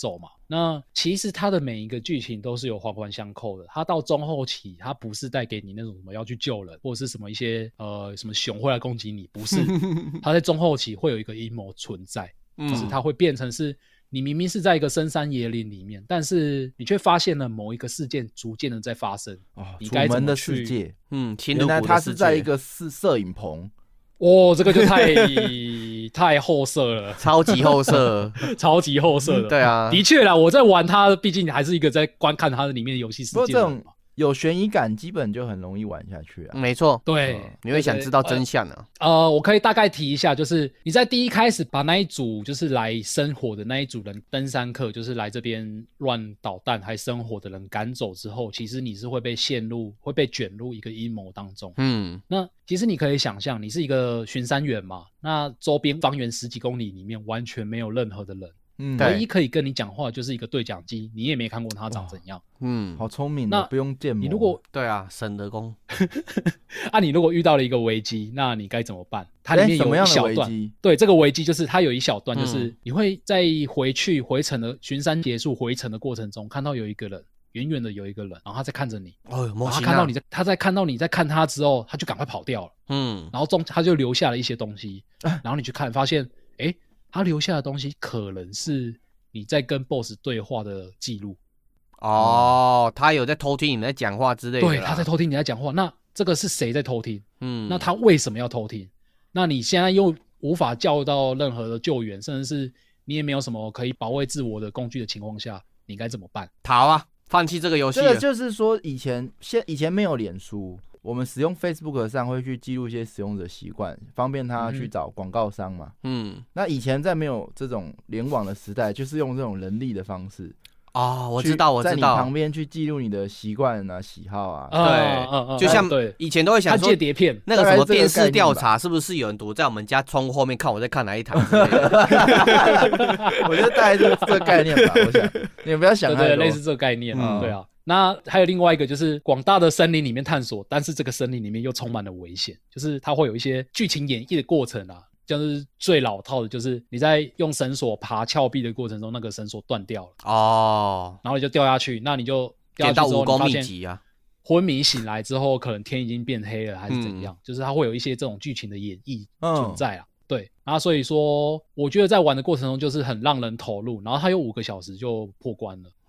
那其实它的每一个剧情都是有环环相扣的，它到中后期它不是带给你那种什么要去救人或者是什么一些什么熊会来攻击你，不是它在中后期会有一个阴谋存在，就是它会变成是你明明是在一个深山野岭里面，但是你却发现了某一个事件逐渐的在发生。 你该怎么去？楚门的世界， 原来它是在一个摄影棚。 这个就太后色了， 超级后色， 超级后色了。 对啊， 的确啦，我在玩它，毕竟还是一个在观看它的里面的游戏世界。不过这种有悬疑感，基本就很容易玩下去啊。 没错， 对， 你会想知道真相啊。 我可以大概提一下，就是你在第一开始把那一组就是来生火的那一组人登山客，就是来这边乱捣蛋还生火的人赶走之后，其实你是会被卷入一个阴谋当中。那其实你可以想象，你是一个巡山员嘛，那周边方圆10几公里里面完全没有任何的人。唯一可以跟你讲话就是一个对讲机，你也没看过他长怎样。 好聪明，那不用建模。 你如果对啊，省得工。 你如果遇到了一个危机，那你该怎么办？它里面有一小段，对，这个危机就是它有一小段，就是你会在回程的巡山结束回程的过程中，看到有一个人，远远的有一个人，然后他在看着你。他在看到你在看他之后，他就赶快跑掉了。然后他就留下了一些东西，然后你去看，发现他留下的东西可能是你在跟 BOSS 对话的记录。 他有在偷听你在讲话之类的。 对，他在偷听你在讲话。那这个是谁在偷听？那他为什么要偷听？那你现在又无法叫到任何的救援，甚至是你也没有什么可以保卫自我的工具的情况下，你该怎么办？ 逃啊！放弃这个游戏了。 这个就是说，以前没有脸书。我们使用 Facebook 上会去记录一些使用者习惯，方便他去找广告商嘛。那以前在没有这种联网的时代，就是用这种人力的方式。 我知道， 在你旁边去记录你的习惯啊、喜好啊。 对，就像以前都会想说， 借碟片那个什么电视调查，是不是有人躲在我们家窗户后面看我在看哪一台之类的？ 我觉得大概是这个概念吧。我想你不要想太多， 对，类似这个概念。对啊。那还有另外一个就是广大的森林里面探索，但是这个森林里面又充满了危险，就是它会有一些剧情演绎的过程啊，就是最老套的就是你在用绳索爬峭壁的过程中，那个绳索断掉了然后你就掉下去，那你就掉下去之后，你发现昏迷醒来之后，可能天已经变黑了还是怎样，就是它会有一些这种剧情的演绎存在啊。对，然后所以说我觉得在玩的过程中就是很让人投入，然后它有5个小时就破关了。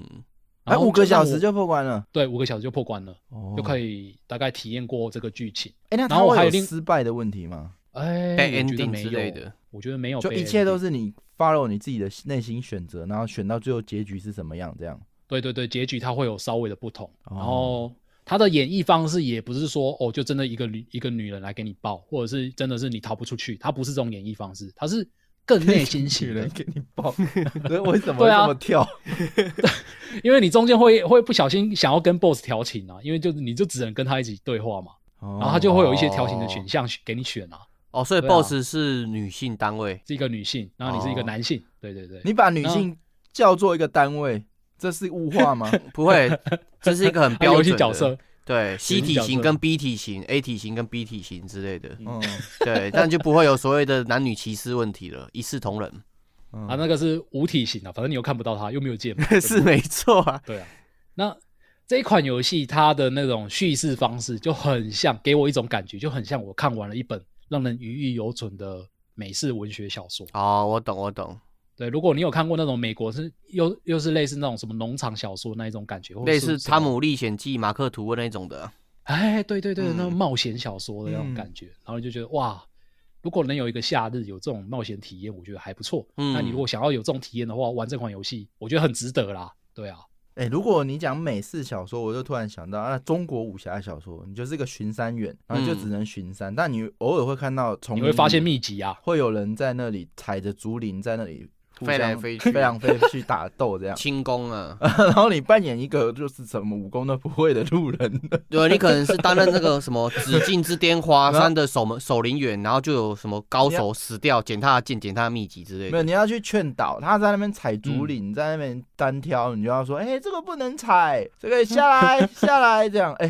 5个小时就破关了？ 对，5个小时就破关了，就可以大概体验过这个剧情。 那它会有失败的问题吗？ 被 ending 之类的？ 我觉得没有， 就一切都是你 follow 你自己的内心选择，然后选到最后结局是什么样这样。 对，结局它会有稍微的不同，然后它的演绎方式也不是说就真的一个女人来给你抱，或者是真的是你逃不出去，它不是这种演绎方式，它是更内心型的。 人给你抱，为什么这么跳？ 因为你中间会不小心想要跟 BOSS 调情啊，因为你就只能跟他一起对话嘛，然后他就会有一些调情的选项给你选啊。 所以 BOSS 是女性单位， 是一个女性，然后你是一个男性。对， 你把女性叫做一个单位，这是物化吗？ 不会，这是一个很标准的角色。对 ，C 体型跟 B 体型 ，A 体型跟 B 体型之类的。对，但就不会有所谓的男女歧视问题了，一视同仁。 那个是无体型反正你又看不到他，又没有剑嘛。 是没错啊。 对啊，那这一款游戏它的那种叙事方式就很像，给我一种感觉，就很像我看完了一本让人余韵犹存的美式文学小说。 我懂。 对，如果你有看过那种美国是又是类似那种什么农场小说那一种感觉， 类似《汤姆历险记》马克吐温那种的。 对，那种冒险小说的那种感觉，然后你就觉得哇。如果能有一个夏日有这种冒险体验，我觉得还不错。那你如果想要有这种体验的话，玩这款游戏，我觉得很值得啦。对啊， 如果你讲美式小说，我就突然想到，那中国武侠小说，你就是一个巡山员，然后你就只能巡山，但你偶尔会看到丛林， 你会发现秘籍啊， 会有人在那里踩着竹林在那里飞来飞去， 飞来飞去打斗这样， 轻功啊。 然后你扮演一个就是什么武功都不会的路人， 对，你可能是担任那个什么紫禁之巅华山的守林员，然后就有什么高手死掉，捡他的剑，捡他的秘籍之类的。 没有，你要去劝导他在那边踩竹林，在那边单挑，你就要说，这个不能踩，这个下来这样，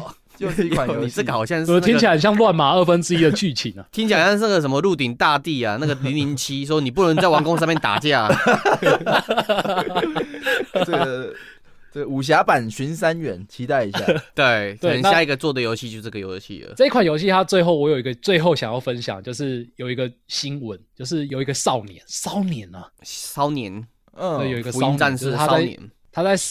就是一款游戏。 你这个好像是、 听起来很像乱码1/2的剧情啊， 听起来像是个什么鹿鼎大帝啊，那个007说你不能在王宫上面打架。 这个武侠版巡山员，期待一下。 对，可能下一个做的游戏就是这个游戏了。 这一款游戏它我有一个最后想要分享，就是有一个新闻，就是有一个少年，对，有一个少年， 战士少年， 他在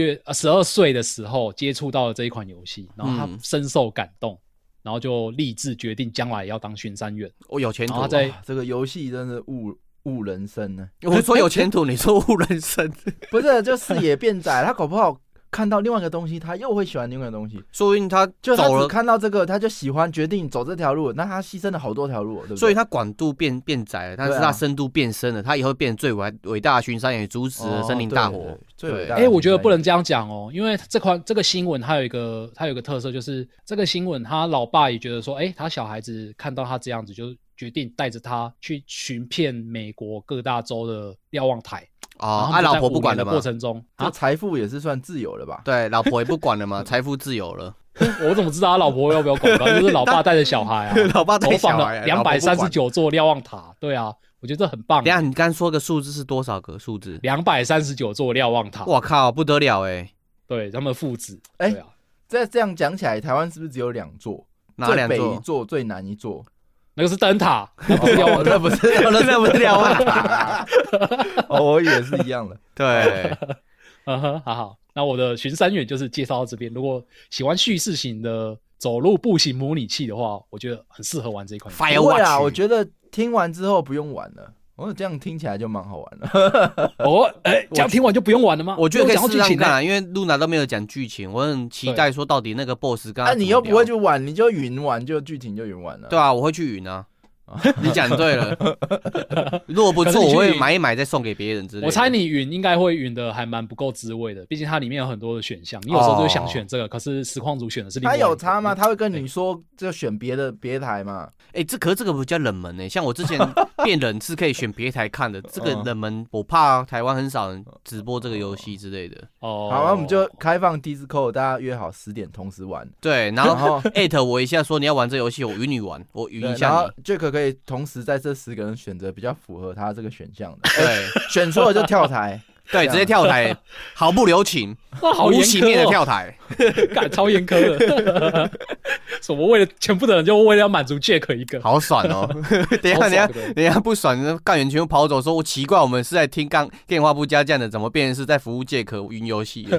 12岁的时候接触到了这一款游戏，然后他深受感动，然后就立志决定将来要当巡山员。 有前途。 然后在这个游戏真的误人生呢。 我说有前途，你说误人生， 不是就视野变窄，他搞不好看到另外一个东西，他又会喜欢另外一个东西。 说不定他就他只看到这个，他就喜欢，决定走这条路，那他牺牲了好多条路，对不对？ 所以他广度变窄了，但是他深度变深了，他以后变成最伟大的巡山员，阻止了森林大火。 最伟大的。 我觉得不能这样讲哦，因为这个新闻它有一个特色，就是这个新闻他老爸也觉得说，他小孩子看到他这样子，就决定带着他去寻遍美国各大州的瞭望台。 老婆不管了吗？ 过程中， 这财富也是算自由了吧？ 对，老婆也不管了嘛，财富自由了。 我怎么知道他老婆要不要管？就是老爸带着小孩啊， 老爸带小孩 239座瞭望塔，对啊，我觉得这很棒。 等一下，你刚说个数字是多少个数字 ？239座瞭望塔。 我靠，不得了对，他们父子。 对啊，这样讲起来，台湾是不是只有2座？ 哪2座？ 最北一座，最南一座。 那个是灯塔， 那不是瞭望塔。我以为是一样的。 对， 好，那我的巡山员就是介绍到这边。如果喜欢叙事型的走路步行模拟器的话，我觉得很适合玩这一款。 Firewatch 啊，我觉得听完之后不用玩了。这样听起来就蛮好玩的。 这样听完就不用玩了吗？ 我觉得可以试试看啊，因为露娜都没有讲剧情，我很期待说到底那个 BOSS 跟他。 你又不会去玩，你就云玩，就剧情就云玩了。 对啊，我会去云啊。你讲对了，如果不错，我会买一买再送给别人之类的。 我猜你云应该会云的还蛮不够滋味的，毕竟它里面有很多的选项，你有时候就想选这个，可是实况组选的是另外一个。 他有差吗？他会跟你说就选别台吗？ 可是这个比较冷门像我之前变冷是可以选别台看的，这个冷门我怕台湾很少人直播这个游戏之类的。 好，那我们就开放 Discord， 大家约好10点同时玩。 对，然后@我一下说你要玩这游戏，我云你玩，我云一下你。 然后 Jack 可以同时在这10个人选择比较符合他这个选项的。对，选错了就跳台。 对，直接跳台，毫不留情，无情面的跳台， 干超严苛的。什么为了全部的人就为了要满足 Jack 一个， 好爽哦！等一下不爽，干员全部跑走，说我奇怪，我们是在听电话不加酱的，怎么变成是在服务 Jack 云游戏？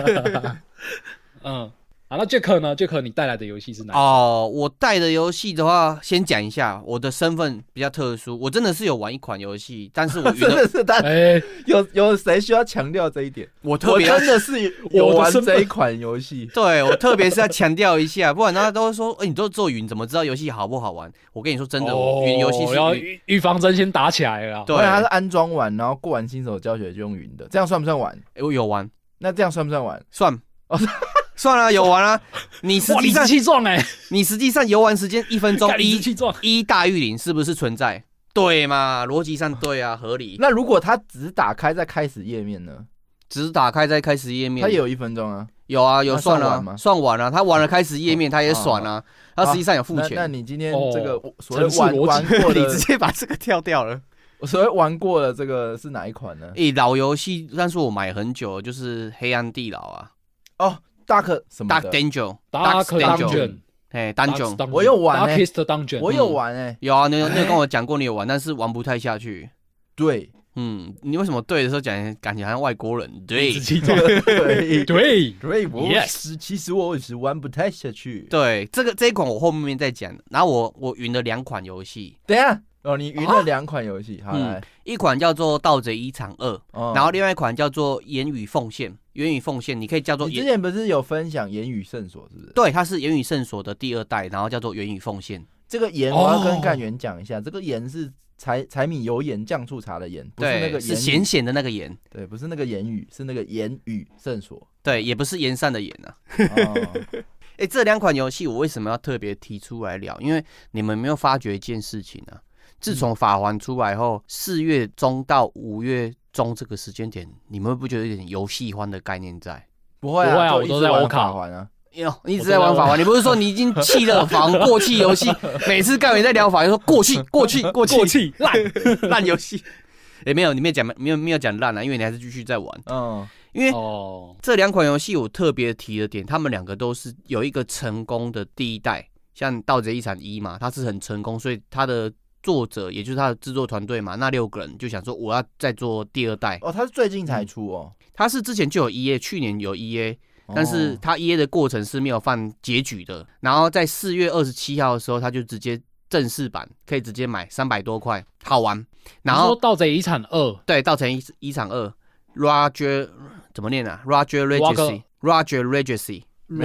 那 Jack 呢 ？Jack 你带来的游戏是哪？ 我带的游戏的话，先讲一下，我的身份比较特殊，我真的是有玩一款游戏，但是我真的是有谁需要强调这一点？ 我真的是有玩这一款游戏， 对我特别是要强调一下，不然大家都会说，你都做云，怎么知道游戏好不好玩？我跟你说真的，云游戏是要预防针先打起来了。 对，它是安装完，然后过完新手教学就用云的，这样算不算玩？ 我有玩， 那这样算不算玩？ 算。算了，有玩啊！你实际上理直气壮你实际上游玩时间1分钟，1大于0是不是存在？对嘛，逻辑上对啊，合理。 那如果他只打开在开始页面呢？ 只打开在开始页面， 他也有1分钟啊。 有啊，有算了，算完了。他玩了开始页面，他也爽啊。他实际上有付钱。 那你今天这个所谓玩过的， 你直接把这个跳掉了。 我所谓玩过的这个是哪一款呢？ 老游戏，但是我买很久，就是黑暗地牢啊。 Dark 什么的 Danger， Dungeon， 我有玩 Darkest Dungeon， 我有玩有啊，你有跟我讲过你有玩，但是玩不太下去。 对， 你为什么对的时候讲感觉好像外国人？对， 其实我只玩不太下去。 对，这一款我后面再讲。然后我云了2款游戏。 等一下。你云了2款游戏，好来， 一款叫做《盗贼一场2》，然后另外一款叫做《言语奉献》。言语奉献，你可以叫做。 你之前不是有分享言语圣所，是不是？ 对，它是言语圣所的第2代，然后叫做言语奉献。 这个盐我要跟干员讲一下，这个盐是柴米油盐酱醋茶的盐，不是那个是咸咸的那个盐。 对，不是那个言语，是那个言语圣所。 对，也不是盐善的盐啊。这2款游戏我为什么要特别提出来聊？因为你们没有发觉一件事情啊。自从法环出来后，4月中到5月中这个时间点，你们会不会觉得有点游戏荒的概念在？ 不会啊，我都在玩法环啊。 你一直在玩法王，你不是说你已经弃了法王过气游戏？每次干员在聊法就说过气烂游戏。没有，你没有讲烂啊，因为你还是继续在玩。因为这2款游戏我特别提的点，他们2个都是有一个成功的第一代，像《盗贼遗产1》嘛，它是很成功，所以它的作者也就是他的制作团队嘛，那6个人就想说我要再做第2代。 它是最近才出哦。 它是之前就有 EA， 去年有 EA。但是它 EA 的过程是没有放结局的，然后在4月27号的时候，它就直接正式版可以直接买300多块，好玩。然后你说《盗贼遗产2》 对，《盗贼遗产2》Roger 怎么念啊 ？Roger Legacy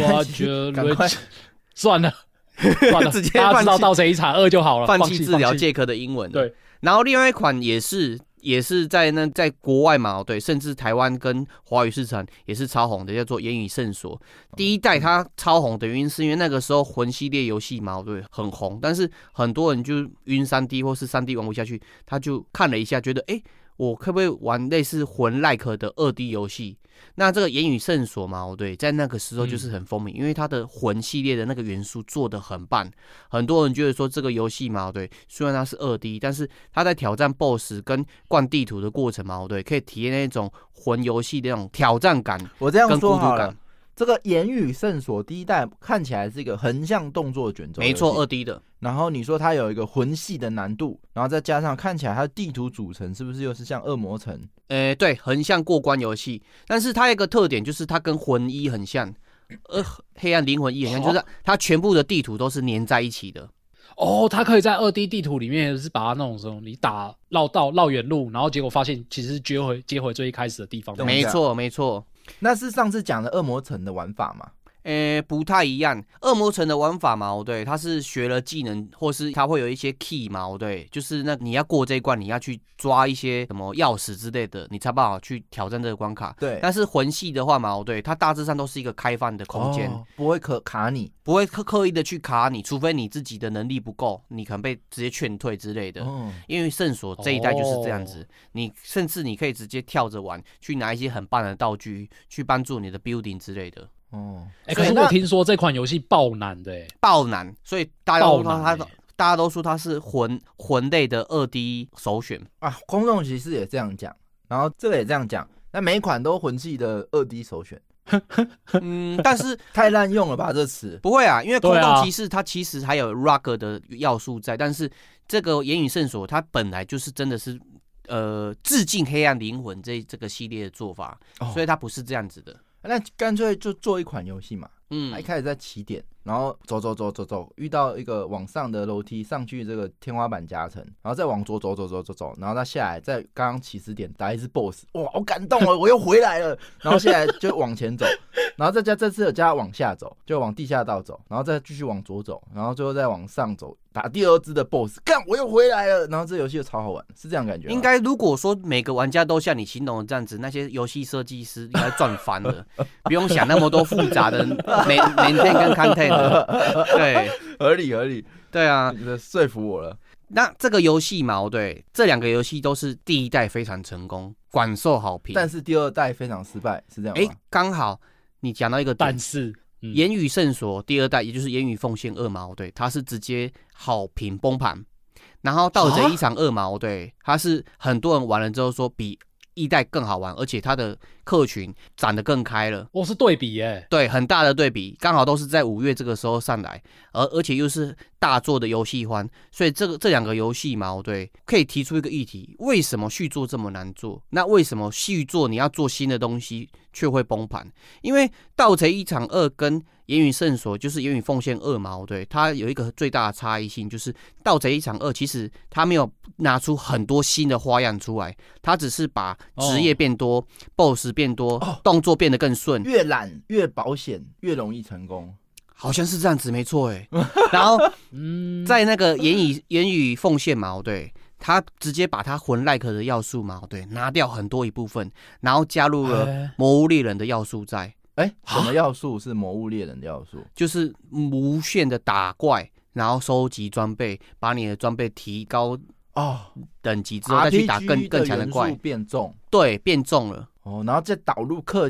算了， 直接大家知道《盗贼遗产2》就好了， 放弃治疗杰克的英文。 对， 然后另外一款也是在国外嘛，对，甚至台湾跟华语市场也是超红的，叫做《言语圣所》。第一代它超红的原因是因为那个时候魂系列游戏嘛，对，很红，但是很多人就晕 3D 或是 3D 玩不下去，他就看了一下，觉得我可不可以玩类似魂 like 的2D 游戏？那这个言语圣所嘛，对，在那个时候就是很风靡，因为它的魂系列的那个元素做得很棒，很多人觉得说这个游戏嘛，对，虽然它是2D， 但是它在挑战 BOSS 跟灌地图的过程嘛，对，可以体验那种魂游戏的那种挑战感， 我这样说好了。这个言语圣所第一代看起来是一个横向动作卷轴， 没错，2D 的。 然后你说它有一个魂系的难度，然后再加上看起来它的地图组成是不是又是像恶魔城？ 对，横向过关游戏。但是它有一个特点就是它跟魂1很像，黑暗灵魂1很像，就是它全部的地图都是粘在一起的。 它可以在2D 地图里面是把它那种时候你打绕远路，然后结果发现其实是接回最一开始的地方。 没错没错。 那是上次讲的恶魔城的玩法吗？ 不太一样。恶魔城的玩法嘛，对，它是学了技能，或是它会有一些 key 嘛，对，就是那你要过这一关，你要去抓一些什么钥匙之类的，你才办法去挑战这个关卡。 对。 但是魂系的话嘛，对，它大致上都是一个开放的空间， 不会卡你， 不会刻意的去卡你，除非你自己的能力不够，你可能被直接劝退之类的。因为圣所这一代就是这样子，你甚至你可以直接跳着玩，去拿一些很棒的道具去帮助你的 building 之类的。 可是我听说这款游戏爆难的， 爆难，所以大家都说它是魂类的2D 首选啊。公众其实也这样讲，然后这个也这样讲，那每一款都魂系的2D 首选。 但是太滥用了吧这词？ 不会啊，因为空洞骑士它其实还有 rock 的要素在，但是这个言语圣所它本来就是真的是致敬黑暗灵魂这个系列的做法，所以它不是这样子的。 那干脆就做一款游戏嘛，一开始在起点，然后走，遇到一个往上的楼梯上去这个天花板夹层，然后再往左走，然后再下来，在刚刚起始点打一只 BOSS， 哇，好感动了，我又回来了，然后现在就往前走，然后这次有加往下走，就往地下道走，然后再继续往左走，然后最后再往上走。打第2只的 BOSS， 干我又回来了，然后这游戏就超好玩，是这样感觉吗？ 应该如果说每个玩家都像你形容的这样子，那些游戏设计师应该赚翻了，不用想那么多复杂的maintain 跟 content 的，对， 合理， 对啊， 说服我了。 那这个游戏嘛，对，这2个游戏都是第一代非常成功，广受好评， 但是第2代非常失败，是这样吗？ 刚好你讲到一个点， 但是。 言语圣所第2代，也就是言语奉献2嘛，对，它是直接好评崩盘。然后盗贼遗产2嘛，对，它是很多人玩了之后说比1代更好玩，而且它的客群展得更开了。 是对比耶， 对，很大的对比，刚好都是在5月这个时候上来，而且又是大作的游戏欢，所以这2个游戏嘛，对，可以提出一个议题：为什么续作这么难做？那为什么续作你要做新的东西却会崩盘？因为盗贼遗产2跟言语圣所就是言语奉献2嘛，对，它有一个最大的差异性，就是盗贼遗产2其实它没有拿出很多新的花样出来，它只是把职业变多、BOSS 变多、动作变得更顺， 越懒越保险，越容易成功。 好像是这样子，没错哎。然后，在那个言语奉献嘛，对，他直接把他魂 like 的要素嘛，对，拿掉很多一部分，然后加入了魔物猎人的要素在。 什么要素是魔物猎人的要素？ 就是无限的打怪，然后收集装备，把你的装备提高等级之后，再去打更强的怪， 变重， 对，变重了。 然后再导入氪金，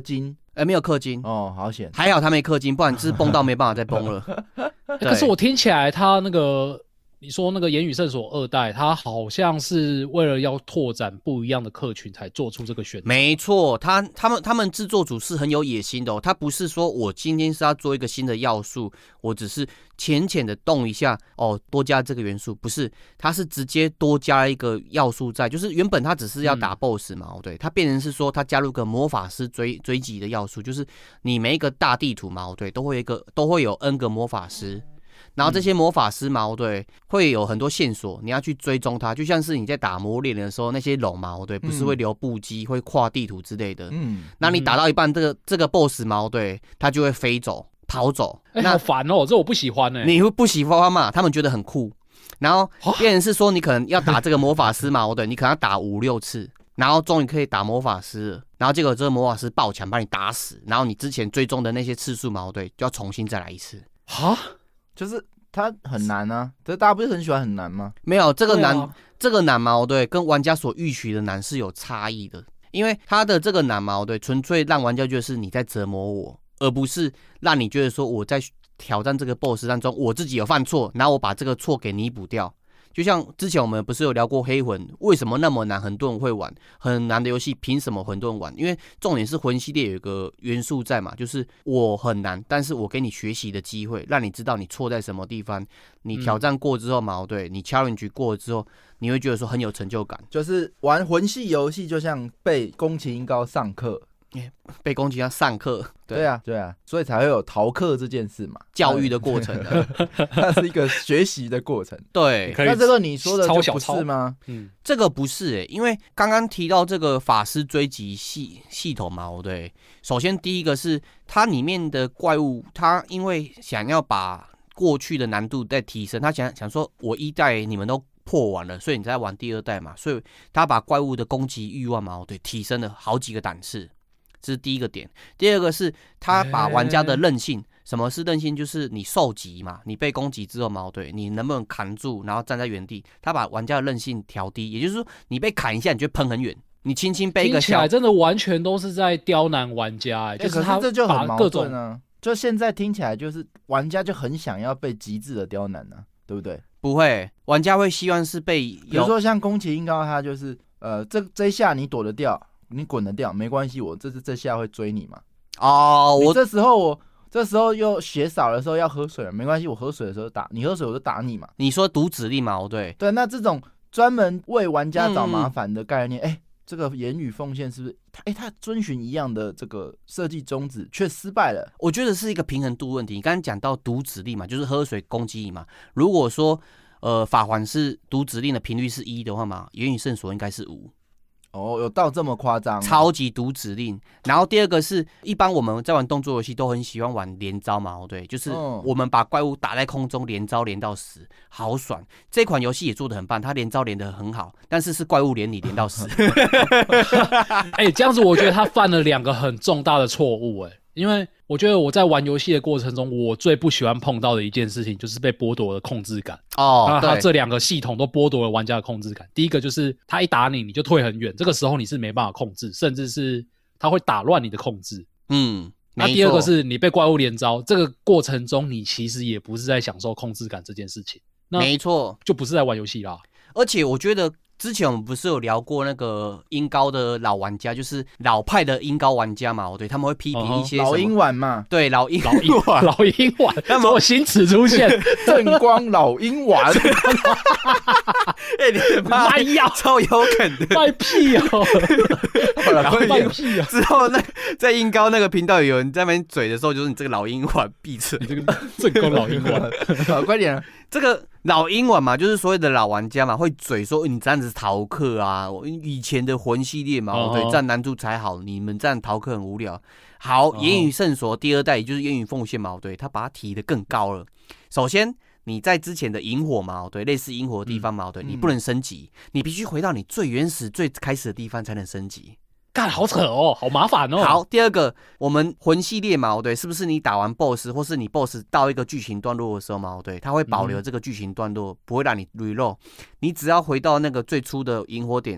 没有氪金哦，好险， 还好他没氪金，不然是崩到没办法再崩了。 可是我听起来他那个你说那个言语圣所2代，他好像是为了要拓展不一样的客群才做出这个选择。 没错，他们制作组是很有野心的哦，他不是说我今天是要做一个新的要素，我只是浅浅的动一下哦，多加这个元素，不是，他是直接多加一个要素在，就是原本他只是要打 BOSS 嘛，对，他变成是说他加入个魔法师追击的要素，就是你每一个大地图嘛，对，都会有 N 个魔法师。然后这些魔法师嘛，对，会有很多线索，你要去追踪它，就像是你在打魔猎人的时候，那些龙嘛，对，不是会留步迹，会跨地图之类的。那你打到一半，这个 BOSS 嘛，对，它就会飞走、跑走。 好烦哦，这我不喜欢哎。 你会不喜欢嘛？他们觉得很酷。然后变成是说，你可能要打这个魔法师嘛，对，你可能要打5-6次，然后终于可以打魔法师了。然后结果这个魔法师爆强把你打死，然后你之前追踪的那些次数嘛，对，就要重新再来一次。 哈？ 就是它很难啊，这大家不是很喜欢很难吗？ 没有这个难，这个难嘛，对，跟玩家所预期的难是有差异的。因为它的这个难嘛，对，纯粹让玩家觉得是你在折磨我，而不是让你觉得说我在挑战这个 BOSS 当中，我自己有犯错，然后我把这个错给弥补掉。就像之前我们不是有聊过黑魂为什么那么难，很多人会玩很难的游戏，凭什么很多人玩？因为重点是魂系列有一个元素在嘛，就是我很难，但是我给你学习的机会，让你知道你错在什么地方。你挑战过之后嘛，对，你 challenge 过之后，你会觉得说很有成就感。 就是玩魂系游戏就像被宫崎英高上课。 被宫崎要上课， 对啊，所以才会有逃课这件事嘛， 教育的过程的， 它是一个学习的过程。 对， 那这个你说的就不是吗？ 这个不是因为刚刚提到这个法师追击系统嘛，对，首先第一个是它里面的怪物，它因为想要把过去的难度再提升，他想说我1代你们都破完了，所以你再玩第2代嘛，所以他把怪物的攻击欲望嘛，对，提升了好几个档次。这是第一个点。第二个是他把玩家的韧性，什么是韧性？就是你受击嘛，你被攻击之后嘛，对，你能不能扛住，然后站在原地？他把玩家的韧性调低，也就是说，你被砍一下，你就喷很远。你轻轻背一个听起来真的完全都是在刁难玩家，就是他这就很矛盾啊。就现在听起来就是玩家就很想要被极致的刁难啊，对不对？ 不会，玩家会希望是被，比如说像宫崎英高，他就是这一下你躲得掉。你滚得掉没关系，我这下会追你嘛。 哦，我这时候又血少的时候要喝水了，没关系，我喝水的时候打你，喝水我就打你嘛。 你说读指令嘛，对， 那这种专门为玩家找麻烦的概念，这个言语奉献是不是？他遵循一样的这个设计宗旨，却失败了。 我觉得是一个平衡度问题。你刚刚讲到读指令嘛，就是喝水攻击嘛。如果说法环是读指令的频率是1的话嘛，言语圣所应该是5。 有到这么夸张？ 超级读指令。然后第二个是，一般我们在玩动作游戏都很喜欢玩连招嘛，对，就是我们把怪物打在空中，连招连到死，好爽。这款游戏也做得很棒，它连招连得很好，但是怪物连你连到死。 这样子我觉得他犯了2个很重大的错误，因为我觉得我在玩游戏的过程中，我最不喜欢碰到的一件事情就是被剥夺了控制感。他这2个系统都剥夺了玩家的控制感。第一个就是他一打你，你就退很远，这个时候你是没办法控制，甚至是他会打乱你的控制。那第二个是你被怪物连招，这个过程中你其实也不是在享受控制感这件事情。 没错， 就不是在玩游戏啦。 而且我觉得之前我们不是有聊过那个英高的老玩家，就是老派的英高玩家嘛，对，他们会批评一些老鹰丸嘛， 对，老鹰丸，他们有新词出现， 正光老鹰丸， 你的妈呀，超有梗的， 卖屁哦，卖屁哦。 之后在英高那个频道有人在那边嘴的时候，就是你这个老鹰丸闭嘴， 你这个正光老鹰丸， 好，快点。 这个老鹰丸嘛，就是所谓的老玩家嘛，会嘴说你这样子逃课啊，以前的魂系列嘛，对，这样难度才好，你们这样逃课很无聊。好，言语圣所第2代，也就是言语奉献嘛，对，他把它提得更高了。首先，你在之前的萤火嘛，对，类似萤火的地方嘛，对，你不能升级，你必须回到你最原始、最开始的地方才能升级。 干，好扯哦，好麻烦哦。 好，第二个，我们魂系列嘛，对，是不是你打完 BOSS 或是你 BOSS 到一个剧情段落的时候嘛，对，它会保留这个剧情段落，不会让你 reload。你只要回到那个最初的萤火点，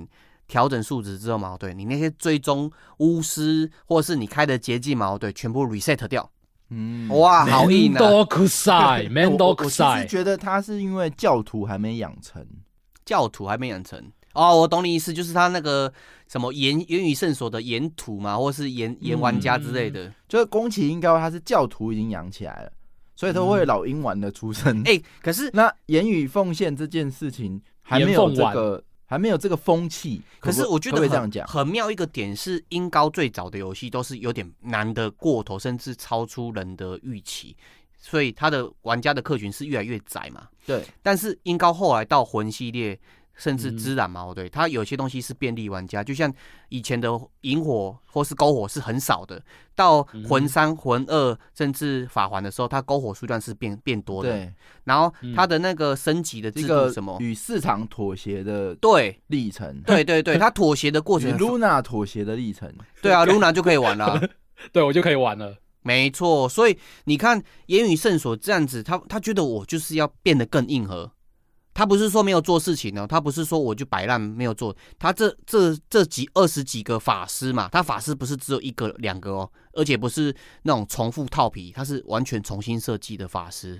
调整数值之后嘛，对，你那些追踪巫师或是你开的捷径嘛，对，全部 reset 掉。哇，好硬啊！ 我其实觉得他是因为教徒还没养成。 哦，我懂你意思，就是他那个什么言语圣所的研土嘛，或是研玩家之类的。 就是宫崎英高他是教徒已经养起来了，所以他会老鹰丸的出身。 可是那言语奉献这件事情还没有这个风气。 可是我觉得这样讲很妙一个点是，英高最早的游戏都是有点难得过头，甚至超出人的预期，所以他的玩家的客群是越来越窄嘛。 对， 但是英高后来到魂系列。甚至之染嘛，对，它有些东西是便利玩家，就像以前的萤火或是篝火是很少的，到魂3、魂2甚至法环的时候，它篝火数量是变多的。 对， 然后它的那个升级的制度什么， 与市场妥协的历程， 对，它妥协的过程， 与 Luna 妥协的历程， 对啊，Luna 就可以玩了， 对我就可以玩了。 没错，所以你看言语圣所这样子，他觉得我就是要变得更硬核。他不是说没有做事情哦，他不是说我就摆烂没有做，他这20几个法师嘛，他法师不是只有1个2个哦，而且不是那种重复套皮，他是完全重新设计的法师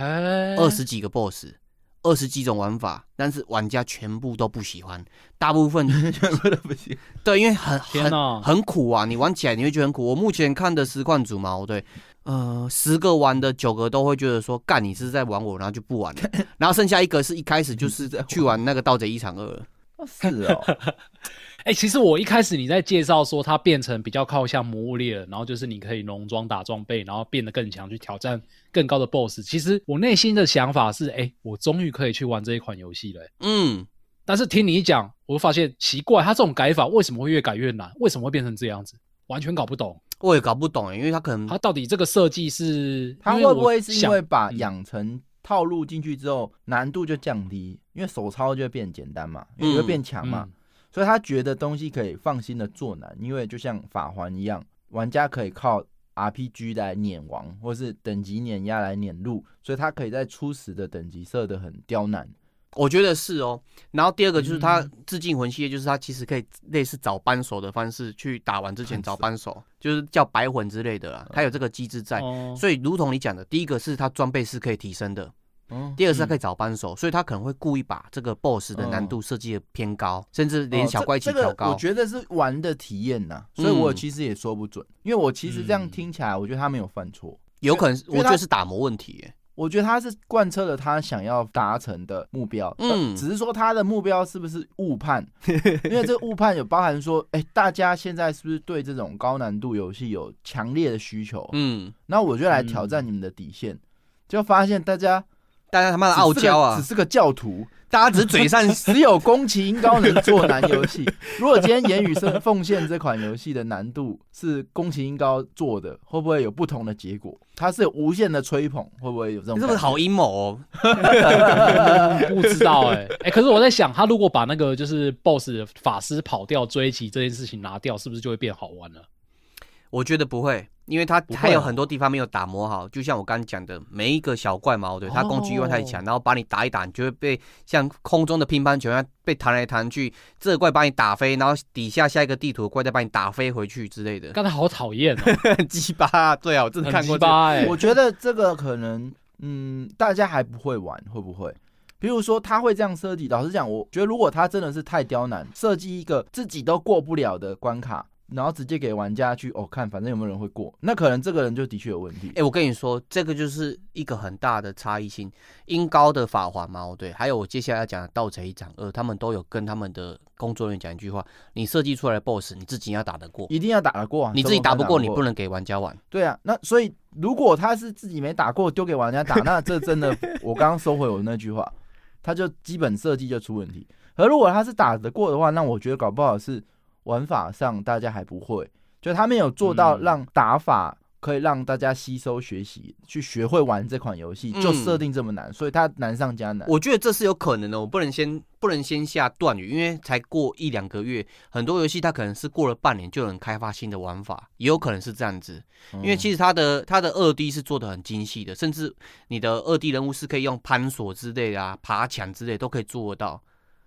，20几个 BOSS， 20几种玩法，但是玩家全部都不喜欢，大部分全部都不喜欢， 对，因为很苦啊，你玩起来你会觉得很苦。我目前看的实况组嘛，对。10个玩的9个都会觉得说干你是在玩我，然后就不玩了，然后剩下1个是一开始就是去玩那个盗贼1场2了。 是哦， 其实我一开始你在介绍说它变成比较靠像魔物猎人，然后就是你可以农庄打装备，然后变得更强去挑战更高的 BOSS。其实我内心的想法是，我终于可以去玩这一款游戏了。但是听你一讲，我就发现奇怪，它这种改法为什么会越改越难？为什么会变成这样子？完全搞不懂。 我也搞不懂因为他可能他到底这个设计是， 他会不会是因为把养成套路进去之后难度就降低，因为手操就会变简单嘛，因为会变强嘛，所以他觉得东西可以放心的做难，因为就像法环一样，玩家可以靠 RPG 来碾王，或是等级碾压来碾路，所以他可以在初始的等级设得很刁难。 我觉得是哦，然后第二个就是他致敬魂系列，就是他其实可以类似找扳手的方式去打完之前找扳手，就是叫白魂之类的啦，他有这个机制在，所以如同你讲的，第一个是他装备是可以提升的，第二个是他可以找扳手，所以他可能会故意把这个 BOSS 的难度设计的偏高，甚至连小怪一起调高。 我觉得是玩的体验呐，所以我其实也说不准，因为我其实这样听起来，我觉得他没有犯错， 有可能我觉得是打磨问题耶。 我觉得他是贯彻了他想要达成的目标，只是说他的目标是不是误判？因为这个误判有包含说，大家现在是不是对这种高难度游戏有强烈的需求？那我就来挑战你们的底线，就发现大家他妈的傲娇啊， 只是个教徒。 大家只是嘴上只有宫崎英高能做难游戏。如果今天言语奉献这款游戏的难度是宫崎英高做的，会不会有不同的结果？它是有无限的吹捧，会不会有这种？ 你是不是好阴谋哦？ 不知道可是我在想，他如果把那个就是 BOSS 法师跑掉追击这件事情拿掉，是不是就会变好玩了？ 我觉得不会，因为它还有很多地方没有打磨好，就像我刚刚讲的，每一个小怪嘛，对，它攻击力太强，然后把你打一打，你就会被像空中的乒乓球一样被弹来弹去，这个怪把你打飞，然后底下下一个地图的怪再把你打飞回去之类的。 刚才好讨厌哦， 鸡巴，对啊，我真的看过这个。 我觉得这个可能，大家还不会玩，会不会？比如说他会这样设计，老实讲，我觉得如果他真的是太刁难，设计一个自己都过不了的关卡，然后直接给玩家去看，反正有没有人会过，那可能这个人就的确有问题。 我跟你说，这个就是一个很大的差异性。英高的法环嘛，对，还有我接下来要讲的盗贼1场2，他们都有跟他们的工作人员讲一句话：你设计出来的 BOSS， 你自己要打得过， 一定要打得过啊！ 你自己打不过，你不能给玩家玩。 对啊，那所以如果他是自己没打过，丢给玩家打，那这真的，我刚刚收回我那句话，他就基本设计就出问题。而如果他是打得过的话，那我觉得搞不好是玩法上大家还不会，就他没有做到让打法可以让大家吸收学习，去学会玩这款游戏，就设定这么难，所以它难上加难。 我觉得这是有可能的，我不能先下断语，因为才过1-2个月，很多游戏它可能是过了半年就能开发新的玩法，也有可能是这样子。因为其实它的2D 是做的很精细的，甚至你的2D 人物是可以用攀索之类的爬墙之类的都可以做得到。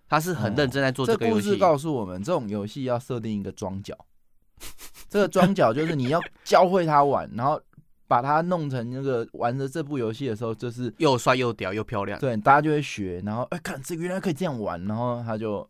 他是很认真在做这个游戏。 这故事告诉我们，这种游戏要设定一个庄脚，这个庄脚就是你要教会他玩，然后把它弄成那个玩着这部游戏的时候，就是又帅又屌又漂亮。 对，大家就会学，然后看这原来可以这样玩，然后他就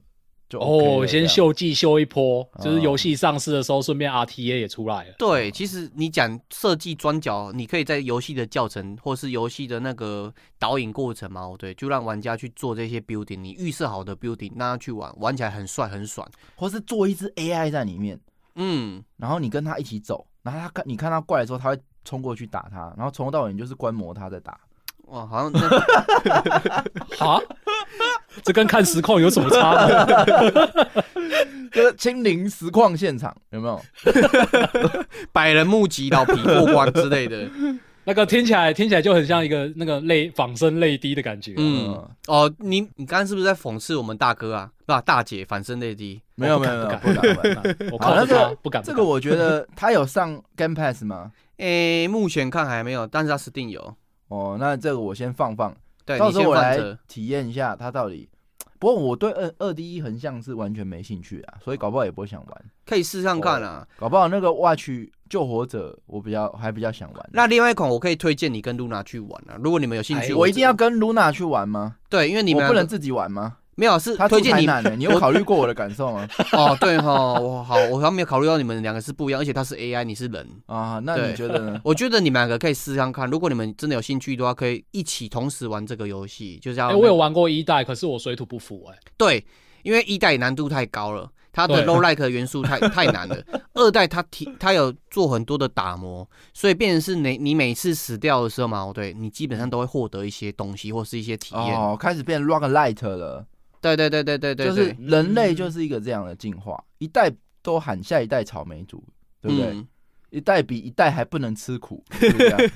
OK 先秀技秀一波，就是游戏上市的时候，顺便 RTA 也出来了。 对，其实你讲设计庄脚，你可以在游戏的教程或是游戏的那个导引过程嘛，对，就让玩家去做这些 building， 你预设好的 building， 让他去玩，玩起来很帅很爽， 或是做一只 AI 在里面，然后你跟他一起走，然后你看他怪的时候，他会冲过去打他，然后从头到尾你就是观摩他在打。 哇，好像哈，这跟看实况有什么差呢？ 就是亲临实况现场，有没有？ 百人目击老皮过关之类的， 那个听起来就很像一个那个仿生泪滴的感觉。 你刚刚是不是在讽刺我们大哥啊？不，大姐反生泪滴？ 没有，不敢， 我靠他不敢。 这个我觉得他有上 Game Pass 吗？ 目前看还没有，但是他 Steam 有。 那这个我先放， 对， 到时候我来体验一下它到底。不过我对2D 横向是完全没兴趣啊，所以搞不好也不会想玩。 可以试上看啊， 搞不好那个 Watch 救火者我还比较想玩。 那另外一款我可以推荐你跟 Luna 去玩啊，如果你们有兴趣。 我一定要跟 Luna 去玩吗？ 对，因为你们我不能自己玩吗？ 没有，是推荐你。 你有考虑过我的感受吗？ 对我好像没有考虑到你们两个是不一样，而且他是 AI， 你是人啊。那你觉得呢？ 我觉得你们两个可以试试看，如果你们真的有兴趣的话，可以一起同时玩这个游戏，就是要。 我有玩过1代，可是我水土不服对，因为1代难度太高了，它的 roguelike 元素太难了。2代它有做很多的打磨，所以变成是你每次死掉的时候嘛，对，你基本上都会获得一些东西或是一些体验。 开始变 roguelite 了。 对， 就是人类就是一个这样的进化，一代都喊下一代草莓族，对不对？一代比一代还不能吃苦，是不是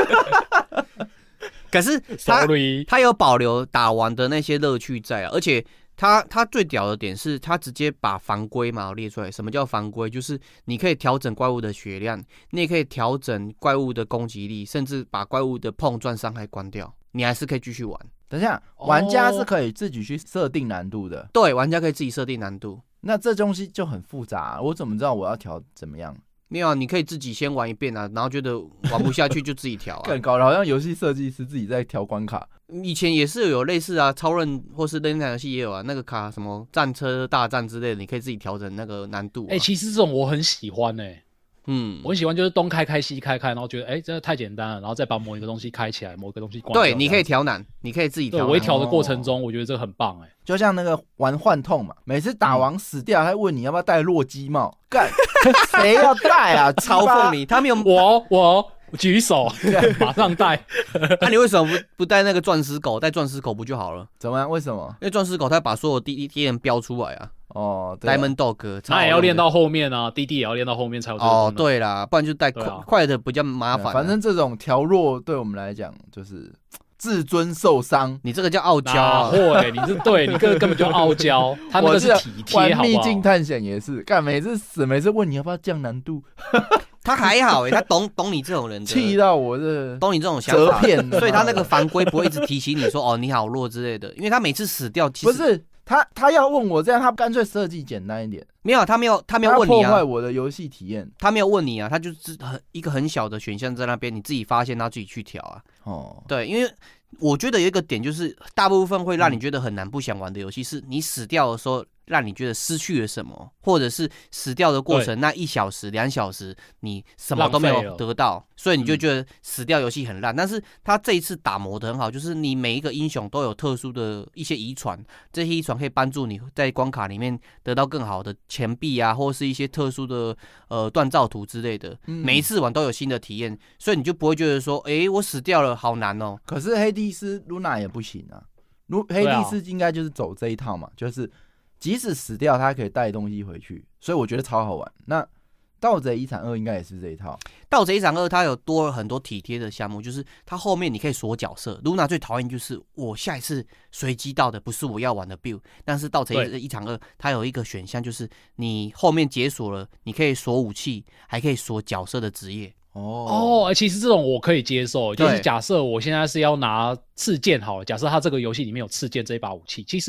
可是他有保留打完的那些乐趣在啊，而且他最屌的点是，他直接把防规嘛列出来。什么叫防规？就是你可以调整怪物的血量，你也可以调整怪物的攻击力，甚至把怪物的碰撞伤害关掉，你还是可以继续玩。 等一下，玩家是可以自己去设定难度的。 对，玩家可以自己设定难度。 那这东西就很复杂，我怎么知道我要调怎么样？ 没有，你可以自己先玩一遍啊，然后觉得玩不下去就自己调啊。 更搞得好像游戏设计师自己在调关卡。 以前也是有类似啊，超人或是那台游戏也有啊，那个卡什么战车大战之类的，你可以自己调整那个难度。 其实这种我很喜欢我很喜欢就是东开西开，然后觉得真的太简单了，然后再把某一个东西开起来，某一个东西关掉。 对，你可以调难，你可以自己调。 微调的过程中，我觉得这个很棒就像那个玩幻痛嘛，每次打完死掉，他问你要不要戴洛基帽，干谁要戴啊？ 嘲讽你，他没有我举手，马上戴。 那你为什么不戴那个钻石狗？戴钻石狗不就好了？ 怎么样？为什么？ 因为钻石狗它把所有敌人标出来啊。Diamond Dog， 那也要练到后面啊，滴滴也要练到后面才有这个功能。 对啦，不然就带快的比较麻烦。 反正这种调弱对我们来讲就是自尊受伤。 你这个叫傲娇。 你是对，你这个根本就傲娇。他那个是体贴，好不好？ 秘境探险也是，干每次死，每次问你要不要降难度。 他还好他懂你这种人的， 气到我这， 懂你这种想法，所以他那个防规不会一直提醒你说你好弱之类的，因为他每次死掉，其实不是他要问我这样，他干脆设计简单一点。 没有，他没有问你啊， 破坏我的游戏体验。 他没有问你啊，他就是一个很小的选项在那边，你自己发现，然后自己去调啊。对，因为我觉得有一个点就是，大部分会让你觉得很难不想玩的游戏，是你死掉的时候。让你觉得失去了什么，或者是死掉的过程那1小时、2小时，你什么都没有得到，所以你就觉得死掉游戏很烂。但是他这一次打磨的很好，就是你每一个英雄都有特殊的一些遗传，这些遗传可以帮助你在关卡里面得到更好的钱币啊，或是一些特殊的锻造图之类的。每一次玩都有新的体验，所以你就不会觉得说，我死掉了，好难哦。 可是黑帝斯 Luna 也不行啊，黑帝斯应该就是走这一套嘛，就是。即使死掉，他还可以带东西回去，所以我觉得超好玩。那盗贼遗产2应该也是这一套。 盗贼遗产2它有多了很多体贴的项目，就是它后面你可以锁角色。Luna 最讨厌就是我下一次随机到的不是我要玩的 build， 但是盗贼遗产2它有一个选项，就是你后面解锁了，你可以锁武器，还可以锁角色的职业。 其实这种我可以接受，就是假设我现在是要拿刺剑好了，假设他这个游戏里面有刺剑这一把武器，其实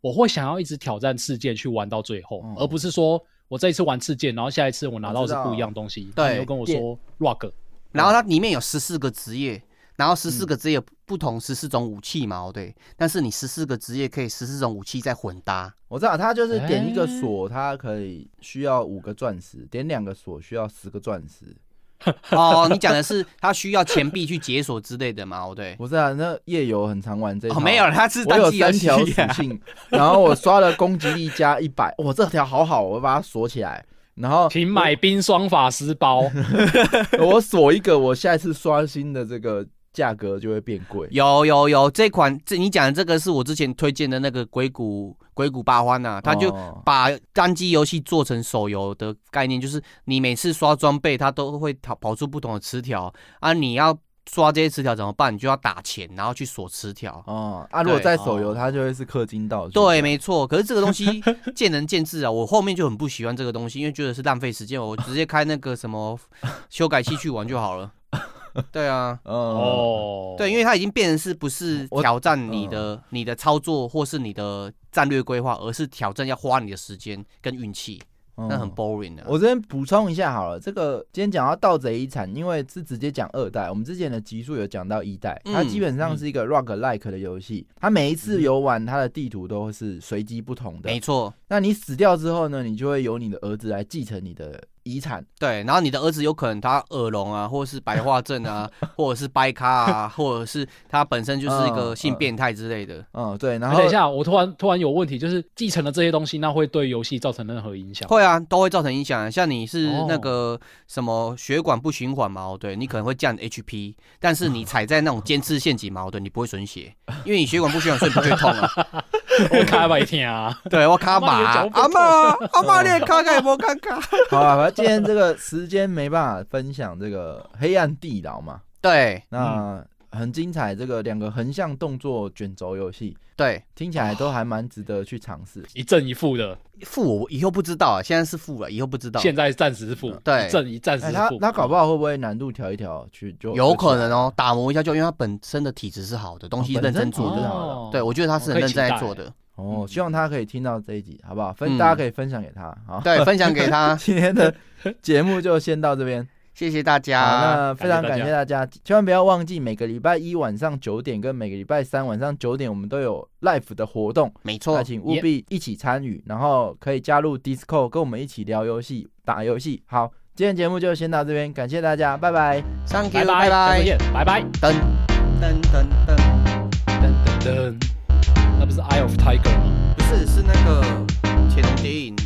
我会想要一直挑战事件去玩到最后，而不是说我这一次玩事件，然后下一次我拿到的是不一样的东西。对，又跟我说 ROG， 然后它里面有14个职业，然后14个职业不同14种武器嘛，对。但是你14个职业可以14种武器再混搭。 我知道，它就是点一个锁，它可以需要5个钻石；点2个锁需要10个钻石。 哦，你讲的是他需要钱币去解锁之类的嘛？对， 不是啊，那夜游很常玩这一套。 没有，他是我有3条属性，然后我刷了攻击力加100，哇，这条好好，我把它锁起来。然后请买冰霜法师包， 我锁一个，我下一次刷新的这个价格就会变贵。 有这款，你讲的这个是我之前推荐的那个硅谷八欢啊，他就把单机游戏做成手游的概念，就是你每次刷装备，它都会跑出不同的词条啊，你要刷这些词条怎么办？你就要打钱，然后去锁词条。 如果在手游，它就会是氪金道具。 对，没错。可是这个东西见仁见智啊，我后面就很不喜欢这个东西，因为觉得是浪费时间，我直接开那个什么修改器去玩就好了。对啊，对，因为它已经变成是不是挑战你的操作或是你的战略规划，而是挑战要花你的时间跟运气，那很 boring 的。 我这边补充一下好了，这个今天讲到盗贼遗产，因为是直接讲2代，我们之前的集数有讲到1代，它基本上是一个 roguelike 的游戏，它每一次游玩它的地图都是随机不同的， 没错。 那你死掉之后呢，你就会由你的儿子来继承你的遗产。 对，然后你的儿子有可能他耳聋啊，或者是白化症啊，或者是掰咖啊，或者是他本身就是一个性变态之类的。 对。然后等一下，我突然有问题，就是继承了这些东西，那会对游戏造成任何影响？ 会啊，都会造成影响。像你是那个什么血管不循环嘛，对，你可能会降 HP， 但是你踩在那种尖刺陷阱嘛，对，你不会损血，因为你血管不循环，所以不会痛啊。 我卡不听啊， 对我卡把阿妈，你的卡也无看卡。 好啊，反正今天这个时间没办法分享这个黑暗地牢嘛。 对， 那很精彩，这个2个横向动作卷轴游戏， 对， 听起来都还蛮值得去尝试。 一正一负的， 负我以后不知道啊，现在是负了，以后不知道。 现在暂时是负， 对， 暂时是负。 他搞不好会不会难度调一调去就有可能哦，打磨一下就，因为他本身的体质是好的，东西认真做的，对，我觉得他是很认真在做的。 希望他可以听到这一集，好不好？大家可以分享给他。好， 对，分享给他。 今天的节目就先到这边， 谢谢大家。 那非常感谢大家，千万不要忘记每个礼拜1晚上9点跟每个礼拜3晚上9点，我们都有 live 的活动。 没错， 请务必一起参与，然后可以加入 Discord 跟我们一起聊游戏、打游戏。好，今天节目就先到这边，感谢大家，拜拜 ，Thank you， 拜拜， 拜拜。 噔噔噔噔噔噔噔。那不是 Eye of Tiger 吗？ 不是，是那个潜龙谍影。